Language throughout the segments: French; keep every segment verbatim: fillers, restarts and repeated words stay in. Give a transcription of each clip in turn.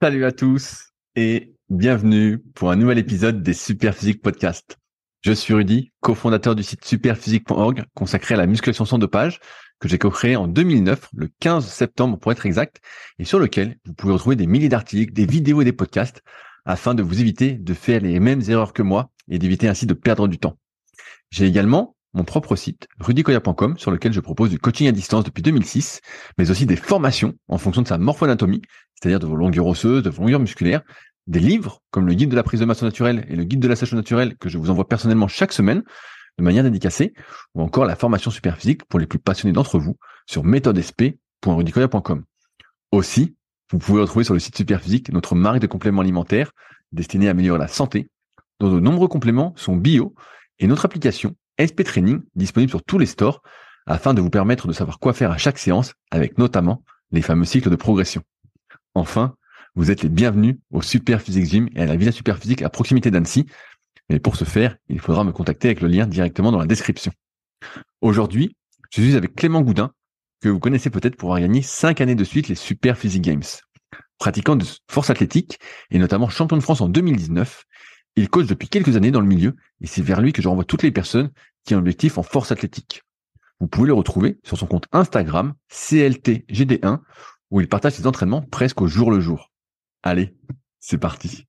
Salut à tous et bienvenue pour un nouvel épisode des Superphysique Podcast. Je suis Rudy, cofondateur du site superphysique point org consacré à la musculation sans dopage que j'ai co-créé en deux mille neuf, le quinze septembre pour être exact, et sur lequel vous pouvez retrouver des milliers d'articles, des vidéos et des podcasts afin de vous éviter de faire les mêmes erreurs que moi et d'éviter ainsi de perdre du temps. J'ai également mon propre site, rudy koya point com, sur lequel je propose du coaching à distance depuis deux mille six, mais aussi des formations en fonction de sa morphoanatomie, c'est-à-dire de vos longueurs osseuses, de vos longueurs musculaires, des livres comme le guide de la prise de masse naturelle et le guide de la sèche naturelle que je vous envoie personnellement chaque semaine de manière dédicacée, ou encore la formation Superphysique pour les plus passionnés d'entre vous sur méthode s p point rudy koya point com. Aussi, vous pouvez retrouver sur le site Superphysique notre marque de compléments alimentaires destinée à améliorer la santé, dont de nombreux compléments sont bio, et notre application S P Training disponible sur tous les stores afin de vous permettre de savoir quoi faire à chaque séance avec notamment les fameux cycles de progression. Enfin, vous êtes les bienvenus au Superphysique Gym et à la Villa Superphysique à proximité d'Annecy. Mais pour ce faire, il faudra me contacter avec le lien directement dans la description. Aujourd'hui, je suis avec Clément Goudin, que vous connaissez peut-être pour avoir gagné cinq années de suite les Superphysique Games. Pratiquant de force athlétique et notamment champion de France en deux mille dix-neuf, il coach depuis quelques années dans le milieu et c'est vers lui que je renvoie toutes les personnes qui ont un objectif en force athlétique. Vous pouvez le retrouver sur son compte Instagram C L T G D un où il partage ses entraînements presque au jour le jour. Allez, c'est parti.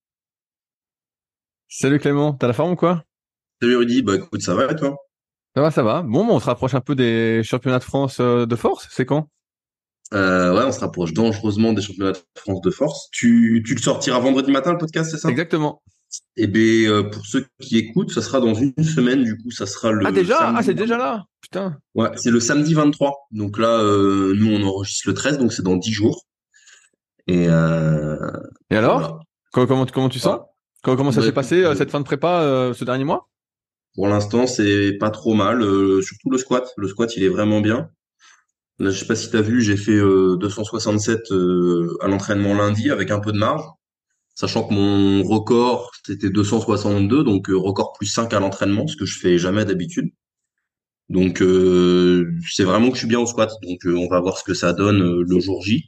Salut Clément, t'as la forme ou quoi? Salut Rudy, bah écoute, ça va et toi? Ça va, ça va. Bon, bon, on se rapproche un peu des championnats de France euh, de force, c'est quand? Euh, ouais, on se rapproche dangereusement des championnats de France de force. Tu, tu le sortiras vendredi matin, le podcast, c'est ça? Exactement. Eh bien, euh, pour ceux qui écoutent, ça sera dans une semaine, du coup, ça sera Ah le déjà? Ah samedi. c'est déjà là? Putain. Ouais, c'est le samedi vingt-trois. Donc là, euh, nous, on enregistre le treize, donc c'est dans dix jours. Et, euh, Et et alors? voilà. Comment, comment, comment tu sens? Voilà. Comment, comment ça Bah s'est écoute, passé euh, euh, cette fin de prépa euh, ce dernier mois? pour l'instant, c'est pas trop mal, euh, surtout le squat. Le squat, il est vraiment bien. Là, je sais pas si t'as vu, j'ai fait euh, deux cent soixante-sept euh, à l'entraînement lundi avec un peu de marge. Sachant que mon record, c'était deux cent soixante-deux, donc euh, record plus cinq à l'entraînement, ce que je fais jamais d'habitude. Donc euh, c'est vraiment que je suis bien au squat. Donc euh, on va voir ce que ça donne euh, le jour J.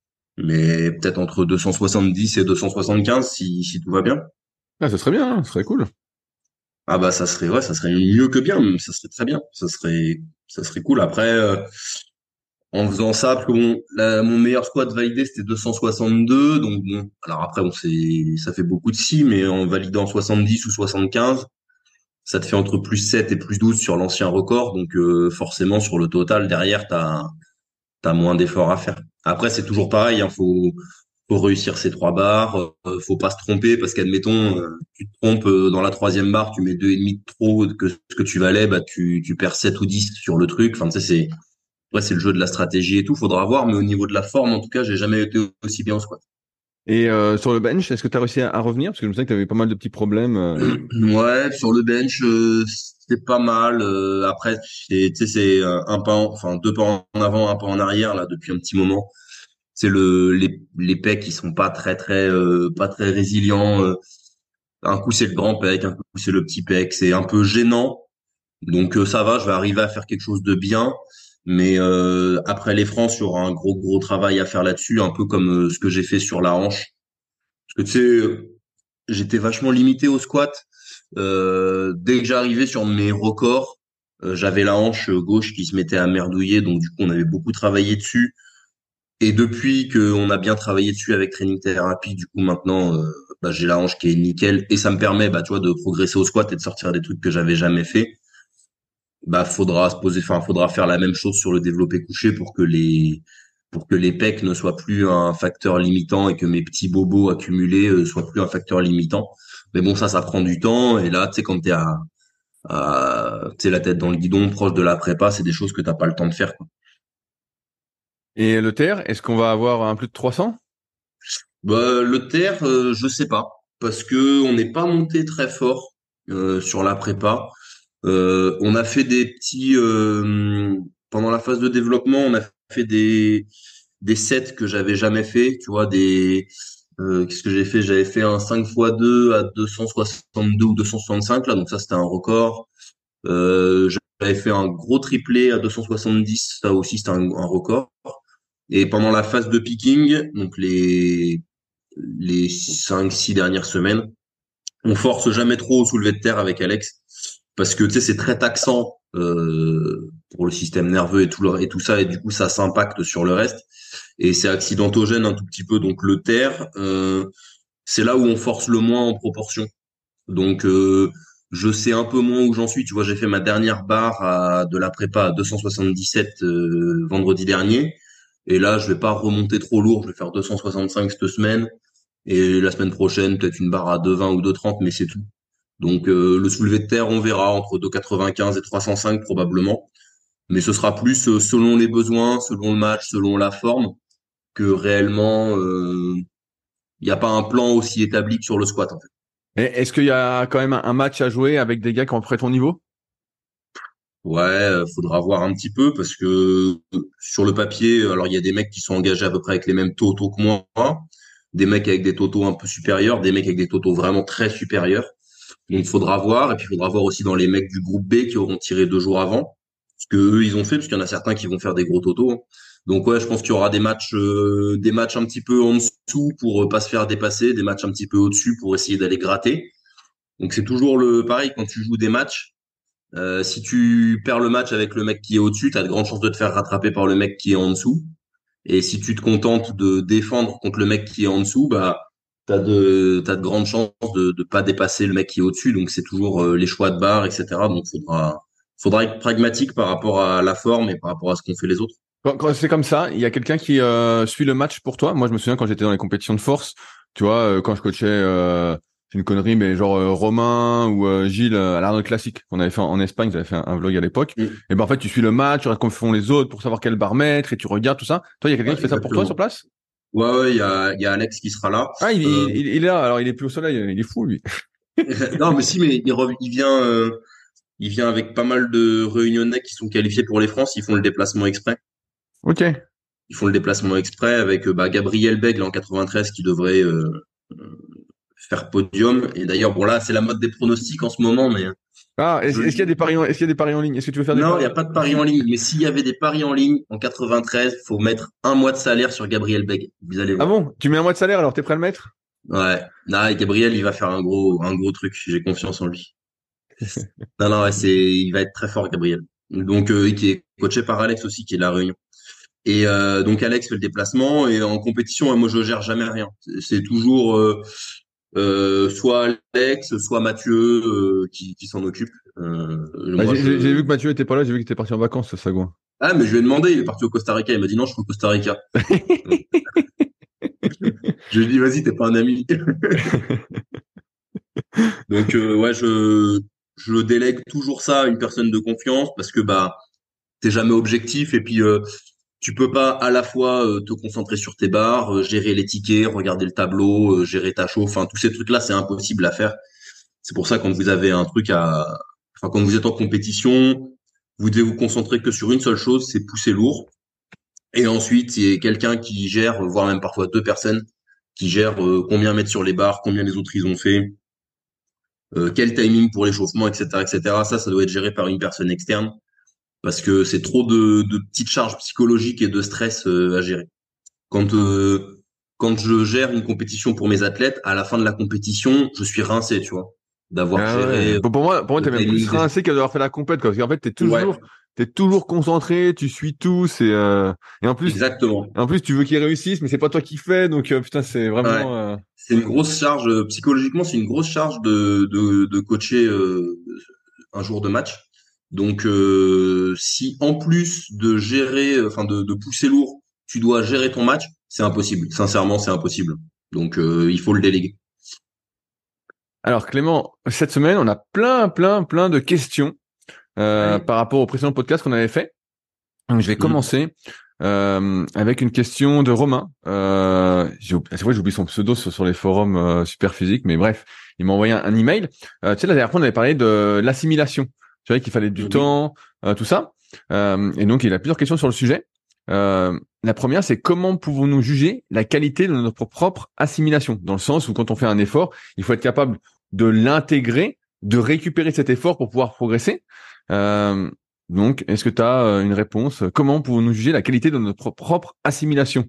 Mais peut-être entre deux cent soixante-dix et deux cent soixante-quinze si, si tout va bien. Ah, ce serait bien, hein, ce serait cool. Ah bah ça serait ouais, ça serait mieux que bien, même, ça serait très bien. Ça serait ça serait cool. Après euh, en faisant ça, parce que bon, la- mon meilleur squat validé c'était deux cent soixante-deux, donc bon, alors après bon c'est ça fait beaucoup de si, mais en validant soixante-dix ou soixante-quinze, ça te fait entre plus sept et plus douze sur l'ancien record. Donc euh, forcément, sur le total, derrière, tu as moins d'efforts à faire. Après, c'est toujours pareil, hein, faut, faut réussir ces trois barres. Euh, faut pas se tromper parce qu'admettons, euh, tu te trompes euh, dans la troisième barre, tu mets deux et demi de trop que ce que tu valais, bah tu, tu perds sept ou dix sur le truc. Enfin, tu sais, c'est ouais, c'est le jeu de la stratégie et tout, faudra voir. Mais au niveau de la forme, en tout cas, j'ai jamais été aussi bien au squat. Et euh, sur le bench, est-ce que tu as réussi à, à revenir? Parce que je me souviens que tu avais pas mal de petits problèmes. euh. Ouais, sur le bench, euh, c'est pas mal. Euh, après, c'est, tu sais, c'est euh, un pas, en- enfin deux pas en avant, un pas en arrière là depuis un petit moment. C'est le les les pecs qui sont pas très très euh, pas très résilients. euh. Un coup c'est le grand pec, un coup c'est le petit pec. C'est un peu gênant. Donc euh, ça va, je vais arriver à faire quelque chose de bien. Mais euh, après les francs, il y aura un gros gros travail à faire là-dessus, un peu comme euh, ce que j'ai fait sur la hanche. Parce que tu sais, j'étais vachement limité au squat. Euh, dès que j'arrivais sur mes records, euh, j'avais la hanche gauche qui se mettait à merdouiller, donc du coup on avait beaucoup travaillé dessus. Et depuis qu'on a bien travaillé dessus avec Training Therapy, du coup maintenant euh, bah, j'ai la hanche qui est nickel et ça me permet bah tu vois de progresser au squat et de sortir des trucs que j'avais jamais fait. Bah faudra se poser, enfin faudra faire la même chose sur le développé couché pour que les pour que les pecs ne soient plus un facteur limitant et que mes petits bobos accumulés euh, soient plus un facteur limitant. Mais bon, ça, ça prend du temps. Et là, tu sais, quand t'es à, à tu sais, la tête dans le guidon, proche de la prépa, c'est des choses que t'as pas le temps de faire, quoi. Et le terre, est-ce qu'on va avoir un plus de trois cents? Bah, le terre, euh, je sais pas, parce que on n'est pas monté très fort euh, sur la prépa. Euh, on a fait des petits euh, pendant la phase de développement, on a fait des des sets que j'avais jamais fait, tu vois, des euh, qu'est-ce que j'ai fait? J'avais fait un cinq fois deux à deux cent soixante-deux ou deux cent soixante-cinq là, donc ça c'était un record. Euh, j'avais fait un gros triplé à deux cent soixante-dix, ça aussi c'était un, un record. Et pendant la phase de picking, donc les les cinq, six dernières semaines. On force jamais trop au soulevé de terre avec Alex parce que tu sais c'est très taxant euh, pour le système nerveux et tout le, et tout ça et du coup ça s'impacte sur le reste et c'est accidentogène un tout petit peu donc le terre euh, c'est là où on force le moins en proportion. Donc euh, je sais un peu moins où j'en suis. Tu vois, j'ai fait ma dernière barre à, de la prépa à deux cent soixante-dix-sept euh, vendredi dernier. Et là, je vais pas remonter trop lourd. Je vais faire deux cent soixante-cinq cette semaine. Et la semaine prochaine, peut-être une barre à deux vingt ou deux trente, mais c'est tout. Donc euh, le soulevé de terre, on verra entre deux quatre-vingt-quinze et trois cent cinq probablement. Mais ce sera plus euh, selon les besoins, selon le match, selon la forme, que réellement, il n'y a pas un plan aussi établi que sur le squat en fait. Et est-ce qu'il y a quand même un un match à jouer avec des gars qui ont près ton niveau? Ouais, euh, faudra voir un petit peu parce que euh, sur le papier, alors il y a des mecs qui sont engagés à peu près avec les mêmes totaux que moi, des mecs avec des totaux un peu supérieurs, des mecs avec des totaux vraiment très supérieurs. Donc il faudra voir et puis il faudra voir aussi dans les mecs du groupe B qui auront tiré deux jours avant ce que eux ils ont fait parce qu'il y en a certains qui vont faire des gros totaux, hein. Donc ouais, je pense qu'il y aura des matchs euh, des matchs un petit peu en dessous pour euh, pas se faire dépasser, des matchs un petit peu au-dessus pour essayer d'aller gratter. Donc c'est toujours le pareil quand tu joues des matchs. Euh, si tu perds le match avec le mec qui est au-dessus, tu as de grandes chances de te faire rattraper par le mec qui est en dessous. Et si tu te contentes de défendre contre le mec qui est en dessous, bah t'as de t'as de grandes chances de de pas dépasser le mec qui est au-dessus. Donc c'est toujours euh, les choix de barre, et cetera. Donc faudra faudra être pragmatique par rapport à la forme et par rapport à ce qu'ont fait les autres. Quand, quand c'est comme ça, il y a quelqu'un qui euh, suit le match pour toi. Moi, je me souviens quand j'étais dans les compétitions de force, tu vois, euh, quand je coachais, euh, c'est une connerie, mais genre euh, Romain ou euh, Gilles euh, à l'Arnold Classique qu'on avait fait en, en Espagne, j'avais fait un, un vlog à l'époque. Mm. Et ben en fait, tu suis le match, tu regardes comment font les autres pour savoir quelle barre mettre et tu regardes tout ça. Toi, il y a quelqu'un Ouais, qui fait ça pour toi sur exactement. place? Ouais, ouais, il y a il y a Alex qui sera là. Ah, il, Euh, il, il est là. Alors, il est plus au soleil. Il est fou, lui. non, mais si, mais il, rev- il vient euh, il vient avec pas mal de Réunionnais qui sont qualifiés pour les France. Ils font le déplacement exprès. Ok. Ils font le déplacement exprès avec euh, bah, Gabriel Bègle en quatre-vingt-treize qui devrait euh, faire podium. Et d'ailleurs, bon là, c'est la mode des pronostics en ce moment, mais Ah, est-ce je est-ce qu'il y a des paris en, est-ce qu'il y a des paris en ligne? Est-ce que tu veux faire des non, il paris? n'y a pas de paris en ligne. Mais s'il y avait des paris en ligne en quatre-vingt-treize, faut mettre un mois de salaire sur Gabriel Bègle. Vous allez Ah voir. bon? Tu mets un mois de salaire alors t'es prêt à le mettre? Ouais. Non, et Gabriel, il va faire un gros, un gros truc. J'ai confiance en lui. Non, non, ouais, c'est, il va être très fort, Gabriel. Donc, euh, qui est coaché par Alex aussi, qui est de la Réunion. Et euh, donc Alex fait le déplacement et en compétition, moi je gère jamais rien. C'est c'est toujours euh, euh, soit Alex, soit Mathieu euh, qui, qui s'en occupe. Euh, Bah, moi j'ai j'ai- j'ai je vu que Mathieu était pas là, j'ai vu qu'il était parti en vacances, ce sagouin. ah mais je lui ai demandé, il est parti au Costa Rica, il m'a dit non, je suis au Costa Rica. Je lui ai dit vas-y, t'es pas un ami. Donc euh, ouais, je je délègue toujours ça à une personne de confiance parce que bah t'es jamais objectif et puis euh, tu peux pas à la fois euh, te concentrer sur tes barres, euh, gérer les tickets, regarder le tableau, euh, gérer ta chauffe, enfin tous ces trucs-là, c'est impossible à faire. C'est pour ça quand vous avez un truc à, enfin quand vous êtes en compétition, vous devez vous concentrer que sur une seule chose, c'est pousser lourd. Et ensuite, il y a quelqu'un qui gère, voire même parfois deux personnes, qui gèrent euh, combien mettre sur les barres, combien les autres ils ont fait, euh, quel timing pour l'échauffement, et cetera, et cetera. Ça, ça doit être géré par une personne externe parce que c'est trop de, de petites charges psychologiques et de stress euh, à gérer. Quand euh, quand je gère une compétition pour mes athlètes, à la fin de la compétition, je suis rincé, tu vois, d'avoir Ah ouais. géré Pour, pour moi, pour moi, le t'es même plus timing des... rincé qu'à d'avoir fait la compète, quoi. Parce qu'en fait, t'es Ouais, toujours, t'es toujours concentré, tu suis tout, c'est, euh... et en plus, exactement. en plus, tu veux qu'ils réussissent, mais c'est pas toi qui fais, donc, euh, putain, c'est Ouais, vraiment, euh... c'est une grosse charge euh, psychologiquement, c'est une grosse charge de de, de coacher euh, un jour de match. Donc euh, si en plus de gérer, enfin de, de pousser lourd, tu dois gérer ton match, c'est impossible. Sincèrement, c'est impossible. Donc euh, il faut le déléguer. Alors, Clément, cette semaine, on a plein, plein, plein de questions, euh, Allez. par rapport au précédent podcast qu'on avait fait. Donc, je vais Mhm. commencer euh, avec une question de Romain. Euh, j'ai oub- c'est vrai, j'oublie son pseudo sur, sur les forums euh, Superphysique, mais bref, il m'a envoyé un, un email. Euh, tu sais, la dernière fois, on avait parlé de l'assimilation. Tu vois qu'il fallait du Mhm. temps, euh, tout ça. Euh, et donc, il a plusieurs questions sur le sujet. Euh, la première, c'est comment pouvons-nous juger la qualité de notre propre assimilation? Dans le sens où quand on fait un effort, il faut être capable de l'intégrer, de récupérer cet effort pour pouvoir progresser. Euh, donc, est-ce que tu as une réponse? Comment pouvons-nous juger la qualité de notre propre assimilation?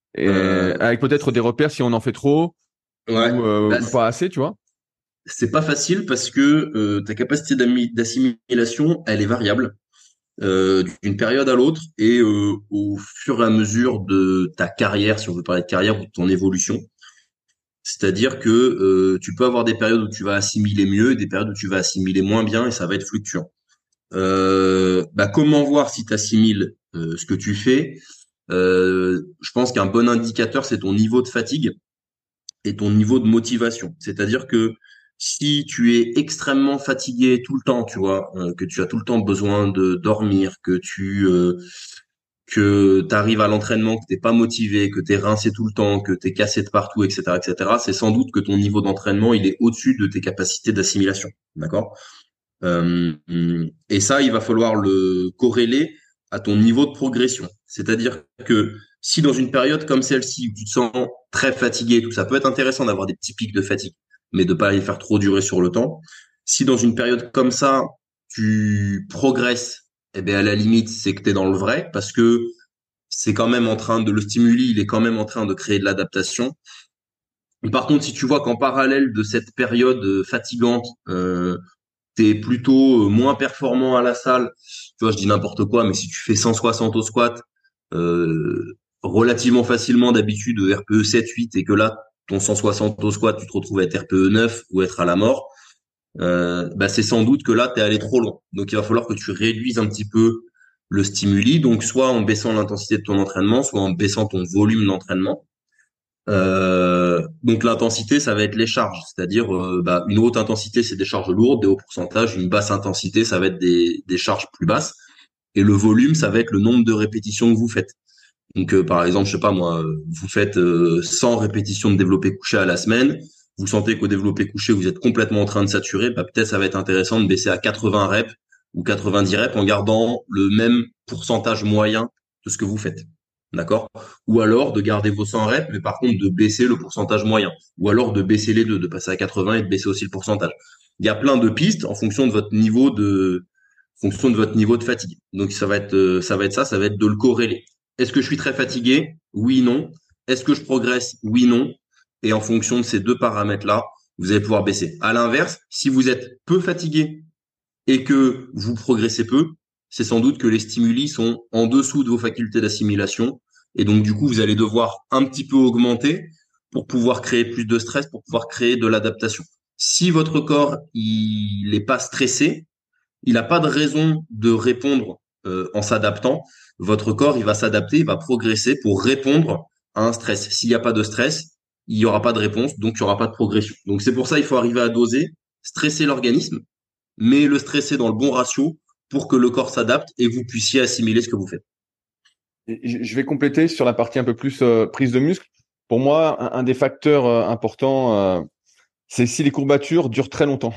Et Euh, avec peut-être des repères si on en fait trop ouais. ou, euh, Bah, ou pas assez, tu vois. c'est pas facile parce que euh, ta capacité d'ami- d'assimilation, elle est variable euh, d'une période à l'autre et euh, au fur et à mesure de ta carrière, si on veut parler de carrière ou de ton évolution. C'est-à-dire que euh, tu peux avoir des périodes où tu vas assimiler mieux et des périodes où tu vas assimiler moins bien et ça va être fluctuant. Euh, bah, comment voir si tu assimiles euh, ce que tu fais? Euh, je pense qu'un bon indicateur, c'est ton niveau de fatigue et ton niveau de motivation. C'est-à-dire que si tu es extrêmement fatigué tout le temps, tu vois, euh, que tu as tout le temps besoin de dormir, que tu euh, que tu arrives à l'entraînement, que t'es pas motivé, que t'es rincé tout le temps, que t'es cassé de partout, et cetera, et cetera, c'est sans doute que ton niveau d'entraînement, il est au-dessus de tes capacités d'assimilation. D'accord? Euh, et ça, il va falloir le corréler à ton niveau de progression. C'est-à-dire que si dans une période comme celle-ci où tu te sens très fatigué, tout ça peut être intéressant d'avoir des petits pics de fatigue, mais de pas les faire trop durer sur le temps. Si dans une période comme ça, tu progresses, eh bien à la limite, c'est que tu es dans le vrai parce que c'est quand même en train de le stimuli, il est quand même en train de créer de l'adaptation. Par contre, si tu vois qu'en parallèle de cette période euh, fatigante, euh, t'es plutôt euh, moins performant à la salle, tu vois, je dis n'importe quoi, mais si tu fais cent soixante au squat, euh, relativement facilement d'habitude R P E sept, huit, et que là, ton cent soixante au squat, tu te retrouves à être R P E neuf ou être à la mort, euh, bah c'est sans doute que là, t'es allé trop loin. Donc, il va falloir que tu réduises un petit peu le stimuli, donc soit en baissant l'intensité de ton entraînement, soit en baissant ton volume d'entraînement. Euh, donc l'intensité, ça va être les charges, c'est-à-dire euh, bah, une haute intensité, c'est des charges lourdes, des hauts pourcentages. Une basse intensité, ça va être des, des charges plus basses. Et le volume, ça va être le nombre de répétitions que vous faites. Donc euh, par exemple, je sais pas moi, euh, vous faites euh, cent répétitions de développé couché à la semaine. Vous sentez qu'au développé couché, vous êtes complètement en train de saturer. Bah, peut-être ça va être intéressant de baisser à quatre-vingts reps ou quatre-vingt-dix reps en gardant le même pourcentage moyen de ce que vous faites. D'accord? Ou alors de garder vos cent reps, mais par contre de baisser le pourcentage moyen. Ou alors de baisser les deux, de passer à quatre-vingts et de baisser aussi le pourcentage. Il y a plein de pistes en fonction de votre niveau de, en fonction de votre niveau de fatigue. Donc ça va être, euh, ça va être ça, ça va être de le corréler. Est-ce que je suis très fatigué? Oui, non. Est-ce que je progresse? Oui, non. Et en fonction de ces deux paramètres-là, vous allez pouvoir baisser. À l'inverse, si vous êtes peu fatigué et que vous progressez peu, c'est sans doute que les stimuli sont en dessous de vos facultés d'assimilation. Et donc, du coup, vous allez devoir un petit peu augmenter pour pouvoir créer plus de stress, pour pouvoir créer de l'adaptation. Si votre corps, il n'est pas stressé, il n'a pas de raison de répondre euh, en s'adaptant. Votre corps, il va s'adapter, il va progresser pour répondre à un stress. S'il n'y a pas de stress, il n'y aura pas de réponse, donc il n'y aura pas de progression. Donc c'est pour ça qu'il faut arriver à doser, stresser l'organisme, mais le stresser dans le bon ratio pour que le corps s'adapte et vous puissiez assimiler ce que vous faites. Et je vais compléter sur la partie un peu plus euh, prise de muscle. Pour moi, un, un des facteurs euh, importants, euh, c'est si les courbatures durent très longtemps.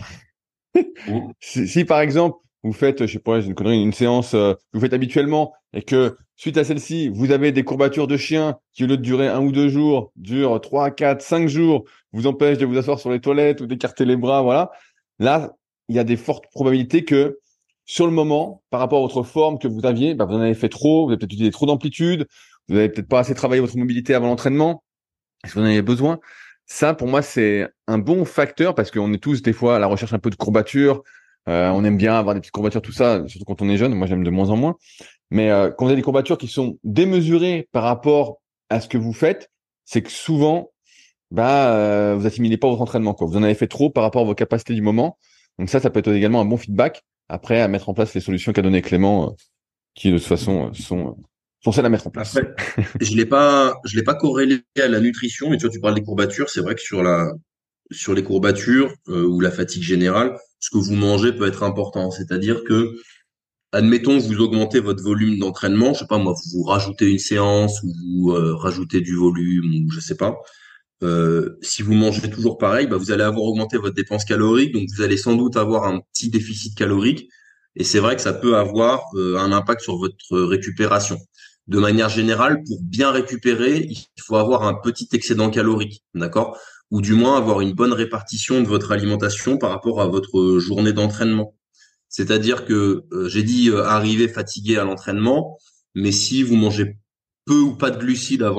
Mmh. Si, si, par exemple, vous faites, je sais pas, j'ai une connerie, une séance euh, que vous faites habituellement et que suite à celle-ci, vous avez des courbatures de chien qui, au lieu de durer un ou deux jours, durent trois, quatre, cinq jours, vous empêchent de vous asseoir sur les toilettes ou d'écarter les bras, voilà. Là, il y a des fortes probabilités que sur le moment, par rapport à votre forme que vous aviez, bah, vous en avez fait trop, vous avez peut-être utilisé trop d'amplitude, vous avez peut-être pas assez travaillé votre mobilité avant l'entraînement, est-ce que vous en avez besoin? Ça, pour moi, c'est un bon facteur parce qu'on est tous des fois à la recherche un peu de courbatures. Euh, on aime bien avoir des petites courbatures, tout ça, surtout quand on est jeune. Moi, j'aime de moins en moins. Mais euh, quand vous avez des courbatures qui sont démesurées par rapport à ce que vous faites, c'est que souvent, bah, euh, vous assimilez pas votre entraînement, quoi. Vous en avez fait trop par rapport à vos capacités du moment. Donc ça, ça peut être également un bon feedback. Après, à mettre en place les solutions qu'a donné Clément, euh, qui de toute façon euh, sont, sont celles à mettre en place. Après, je l'ai pas, je l'ai pas corrélé à la nutrition, mais tu vois, tu parles des courbatures. C'est vrai que sur la, sur les courbatures euh, ou la fatigue générale, ce que vous mangez peut être important. C'est-à-dire que admettons, vous augmentez votre volume d'entraînement, je sais pas moi, vous rajoutez une séance ou vous euh, rajoutez du volume ou je sais pas. Euh, si vous mangez toujours pareil, bah, vous allez avoir augmenté votre dépense calorique, donc vous allez sans doute avoir un petit déficit calorique. Et c'est vrai que ça peut avoir euh, un impact sur votre récupération. De manière générale, pour bien récupérer, il faut avoir un petit excédent calorique, d'accord? Ou du moins avoir une bonne répartition de votre alimentation par rapport à votre journée d'entraînement. C'est-à-dire que euh, j'ai dit euh, arriver fatigué à l'entraînement, mais si vous mangez peu ou pas de glucides avant l'entraînement,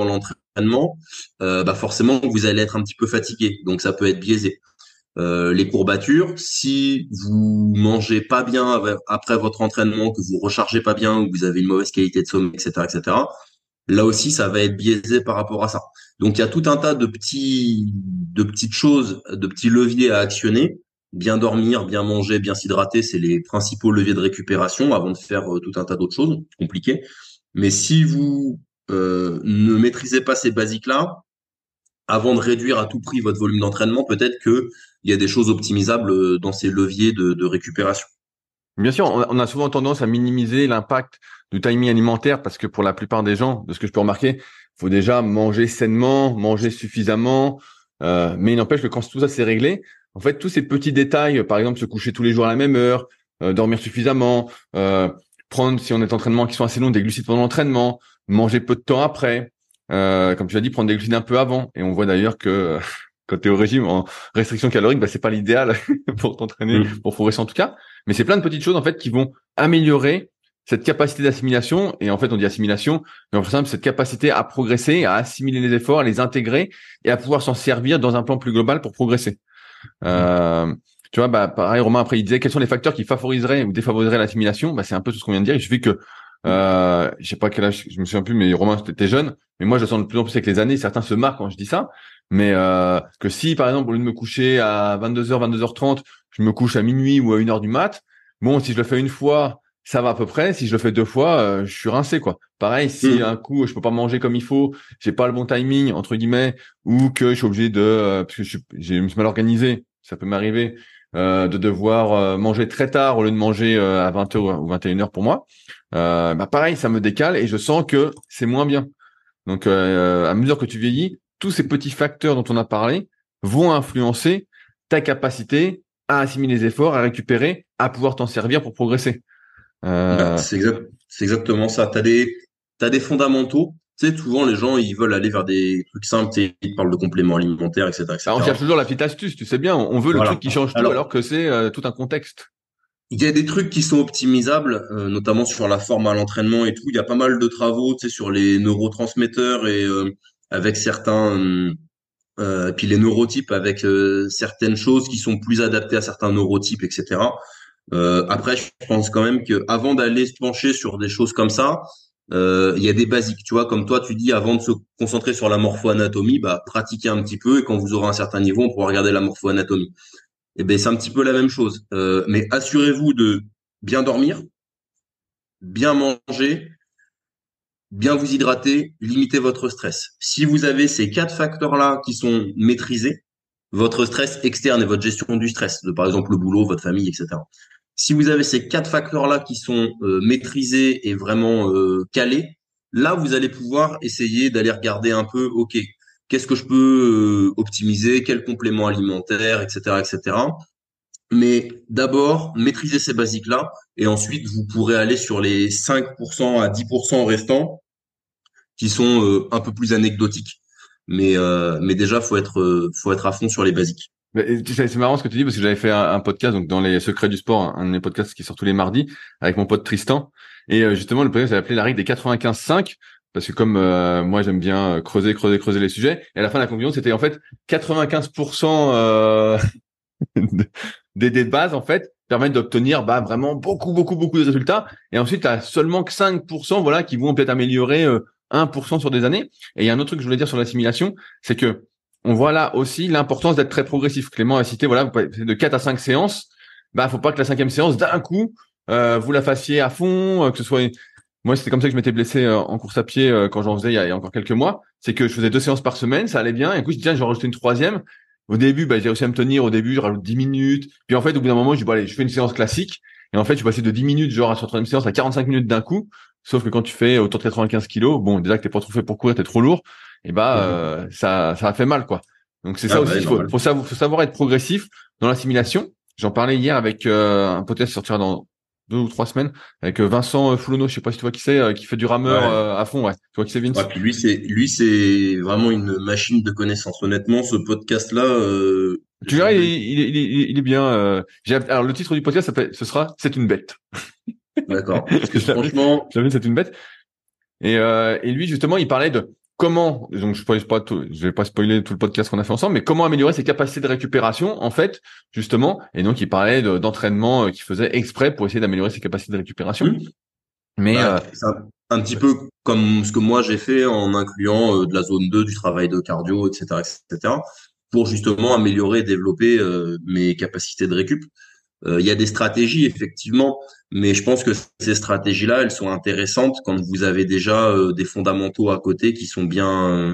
d'entraînement, euh, bah forcément vous allez être un petit peu fatigué, donc ça peut être biaisé. Euh, les courbatures, si vous mangez pas bien après votre entraînement, que vous rechargez pas bien, que vous avez une mauvaise qualité de sommeil, et cetera, et cetera, là aussi ça va être biaisé par rapport à ça. Donc il y a tout un tas de petits, de petites choses, de petits leviers à actionner. Bien dormir, bien manger, bien s'hydrater, c'est les principaux leviers de récupération avant de faire euh, tout un tas d'autres choses compliquées. Mais si vous euh, ne maîtrisez pas ces basiques-là, avant de réduire à tout prix votre volume d'entraînement, peut-être que il y a des choses optimisables euh, dans ces leviers de, de récupération. Bien sûr, on a, on a souvent tendance à minimiser l'impact du timing alimentaire parce que pour la plupart des gens, de ce que je peux remarquer, il faut déjà manger sainement, manger suffisamment. Euh, mais il n'empêche que quand tout ça c'est réglé, en fait, tous ces petits détails, par exemple, se coucher tous les jours à la même heure, euh, dormir suffisamment, euh, prendre, si on est en entraînement qui sont assez longs, des glucides pendant l'entraînement, manger peu de temps après, euh, comme tu l'as dit, prendre des glucides un peu avant. Et on voit d'ailleurs que quand tu es au régime en restriction calorique, bah, c'est pas l'idéal pour t'entraîner, Mmh. pour progresser en tout cas. Mais c'est plein de petites choses en fait qui vont améliorer cette capacité d'assimilation. Et en fait, on dit assimilation, mais en fait simple, cette capacité à progresser, à assimiler les efforts, à les intégrer et à pouvoir s'en servir dans un plan plus global pour progresser. Euh, tu vois, bah pareil, Romain après il disait quels sont les facteurs qui favoriseraient ou défavoriseraient l'assimilation. Bah c'est un peu tout ce qu'on vient de dire. Il suffit que euh, je sais pas quel âge, je me souviens plus, mais Romain t'étais jeune, mais moi je le sens de plus en plus avec les années. Certains se marquent quand je dis ça, mais euh, que si par exemple au lieu de me coucher à vingt-deux heures, vingt-deux heures trente, je me couche à minuit ou à une heure du mat. Bon, si je le fais une fois, ça va à peu près. Si je le fais deux fois, euh, je suis rincé quoi. Pareil, si Mmh. un coup je peux pas manger comme il faut, j'ai pas le bon timing entre guillemets, ou que je suis obligé de, euh, parce que je, suis- j'ai- je me suis mal organisé, ça peut m'arriver, euh, de devoir euh, manger très tard au lieu de manger euh, à vingt heures ou vingt et une heures pour moi. Euh, bah pareil, ça me décale et je sens que c'est moins bien. Donc, euh, à mesure que tu vieillis, tous ces petits facteurs dont on a parlé vont influencer ta capacité à assimiler les efforts, à récupérer, à pouvoir t'en servir pour progresser. Bah, Euh, c'est exact, c'est exactement ça. T'as des, t'as des fondamentaux. Tu sais, souvent les gens ils veulent aller vers des trucs simples. Tu sais, ils parlent de compléments alimentaires, et cetera, bah, on et cetera. cherche toujours la petite astuce, tu sais bien. On veut le truc Voilà. qui change tout alors Alors, que c'est euh, tout un contexte. il y a des trucs qui sont optimisables, euh, notamment sur la forme à l'entraînement et tout. Il y a pas mal de travaux, tu sais, sur les neurotransmetteurs et euh, avec certains, euh, euh, puis les neurotypes avec euh, certaines choses qui sont plus adaptées à certains neurotypes, et cetera. Euh, après, je pense quand même que avant d'aller se pencher sur des choses comme ça, euh, il y a des basiques, tu vois, comme toi tu dis, avant de se concentrer sur la morpho-anatomie, bah pratiquez un petit peu et quand vous aurez un certain niveau, on pourra regarder la morpho-anatomie. Et ben c'est un petit peu la même chose. Euh, mais assurez-vous de bien dormir, bien manger, bien vous hydrater, limiter votre stress. Si vous avez ces quatre facteurs-là qui sont maîtrisés, votre stress externe et votre gestion du stress, de par exemple le boulot, votre famille, et cetera. Si vous avez ces quatre facteurs-là qui sont euh, maîtrisés et vraiment euh, calés, là vous allez pouvoir essayer d'aller regarder un peu, ok, qu'est-ce que je peux euh, optimiser, quel complément alimentaire, et cetera, et cetera. Mais d'abord, maîtriser ces basiques-là, et ensuite vous pourrez aller sur les cinq pour cent à dix pour cent restants qui sont euh, un peu plus anecdotiques. Mais euh, mais déjà faut être euh, faut être à fond sur les basiques. Mais, tu sais, c'est marrant ce que tu dis parce que j'avais fait un, un podcast donc dans les secrets du sport, un, un de mes podcasts qui sort tous les mardis avec mon pote Tristan. Et euh, justement, le podcast s'avait appelé la règle des quatre-vingt-quinze cinq parce que comme euh, moi j'aime bien euh, creuser, creuser, creuser les sujets. Et à la fin, la conclusion c'était en fait quatre-vingt-quinze pour cent euh, des des bases en fait permettent d'obtenir bah vraiment beaucoup, beaucoup, beaucoup de résultats. Et ensuite, tu as seulement que cinq pour cent voilà qui vont peut-être améliorer euh, un pour cent sur des années. Et il y a un autre truc que je voulais dire sur l'assimilation, c'est que on voit là aussi l'importance d'être très progressif. Clément a cité, voilà, vous pouvez- de quatre à cinq séances. Bah, faut pas que la cinquième séance, d'un coup, euh, vous la fassiez à fond, euh, que ce soit. Moi, c'était comme ça que je m'étais blessé euh, en course à pied euh, quand j'en faisais il y, a, il y a encore quelques mois. C'est que je faisais deux séances par semaine, ça allait bien. Et du coup, je dis, tiens, je vais en rajouter une troisième. Au début, bah, j'ai réussi à me tenir. Au début, je rajoute dix minutes. Puis en fait, au bout d'un moment, je dis, bon, allez, je fais une séance classique. Et en fait, je suis passé de dix minutes, genre, sur la troisième séance à quarante-cinq minutes d'un coup. Sauf que quand tu fais autour de quatre-vingt-quinze kilos, bon, déjà que t'es pas trop fait pour courir, t'es trop lourd. Et bah, Mhm. euh, ça, ça a fait mal, quoi. Donc c'est Ah ça aussi, bah il faut, normal. faut savoir, faut savoir être progressif dans l'assimilation. J'en parlais hier avec euh, un podcast qui sortira dans deux ou trois semaines avec euh, Vincent euh, Foulonneau, je sais pas si tu vois qui c'est, euh, qui fait du rameur Ouais. euh, à fond, ouais. Tu vois qui c'est, Ouais, Vince? puis lui c'est lui c'est vraiment une machine de connaissances. Honnêtement, ce podcast-là, euh, Tu j'ai verras, il, eu. il, il, il- il est bien. Euh, j'ai, alors le titre du podcast, ça peut- ce sera «C'est une bête». D'accord. Parce que Je l'appelle, franchement, je l'appelle «C'est une bête». Et, euh, et lui, justement, il parlait de comment, donc je ne pas tout, je vais pas spoiler tout le podcast qu'on a fait ensemble, mais comment améliorer ses capacités de récupération, en fait, justement. Et donc, il parlait de, d'entraînement euh, qu'il faisait exprès pour essayer d'améliorer ses capacités de récupération. Mmh. Mais Bah, euh, c'est un, un petit peu comme ce que moi j'ai fait en incluant euh, de la zone deux, du travail de cardio, et cetera, et cetera, pour justement améliorer et développer euh, mes capacités de récup. Euh, Il y a des stratégies, effectivement, mais je pense que ces stratégies-là, elles sont intéressantes quand vous avez déjà euh, des fondamentaux à côté qui sont bien,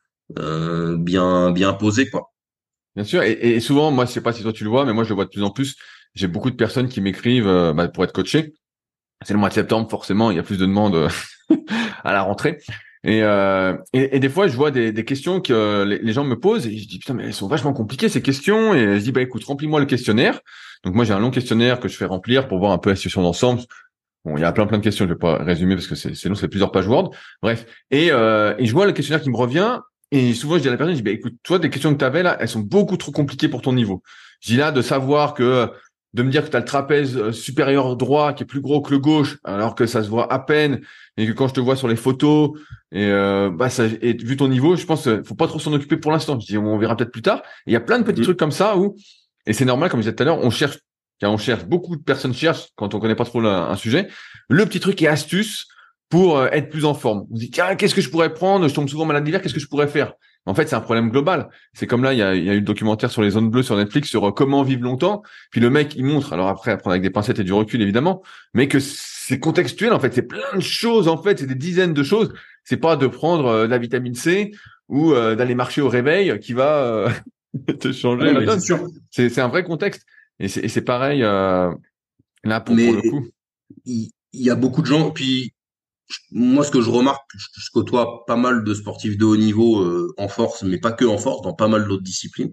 euh, bien, bien posés, quoi. bien sûr, et, et souvent, moi, je sais pas si toi tu le vois, mais moi, je le vois de plus en plus. J'ai beaucoup de personnes qui m'écrivent euh, bah, pour être coachées. C'est le mois de septembre, forcément, il y a plus de demandes euh, à la rentrée. Et, euh, et, et des fois, je vois des, des questions que euh, les, les gens me posent et je dis putain, mais elles sont vachement compliquées ces questions. Et je dis bah écoute, remplis-moi le questionnaire. Donc moi, j'ai un long questionnaire que je fais remplir pour voir un peu la situation d'ensemble. Bon, il y a plein plein de questions, je vais pas résumer parce que c'est c'est long, c'est plusieurs pages Word. Bref, et, euh, et je vois le questionnaire qui me revient et souvent je dis à la personne, je dis bah écoute, toi des questions que tu avais là, elles sont beaucoup trop compliquées pour ton niveau. Je dis là de savoir que de me dire que tu as le trapèze euh, supérieur droit qui est plus gros que le gauche alors que ça se voit à peine et que quand je te vois sur les photos et euh, bah ça et vu ton niveau, je pense qu'il faut pas trop s'en occuper pour l'instant. Je dis on verra peut-être plus tard. Et il y a plein de petits Mhm. trucs comme ça où et c'est normal comme je disais tout à l'heure, on cherche car on cherche, beaucoup de personnes cherchent, quand on connaît pas trop la- un sujet, le petit truc et astuce pour euh, être plus en forme. On se dit, tiens, qu'est-ce que je pourrais prendre? Je tombe souvent malade d'hiver, qu'est-ce que je pourrais faire? En fait, c'est un problème global. C'est comme là, il y a, il y a eu le documentaire sur les zones bleues sur Netflix sur euh, comment vivre longtemps. Puis le mec, il montre, alors après, à prendre avec des pincettes et du recul, évidemment, mais que c'est contextuel, en fait. C'est plein de choses, en fait. C'est des dizaines de choses. C'est pas de prendre euh, de la vitamine C ou euh, d'aller marcher au réveil qui va euh, te Ah changer non, la mais c'est donne. sûr. C'est, c'est un vrai contexte. Et c'est, et c'est pareil euh, là pour pour Mais le coup. il il y a beaucoup de gens. Puis moi, ce que je remarque, je, je côtoie pas mal de sportifs de haut niveau euh, en force, mais pas que en force, dans pas mal d'autres disciplines.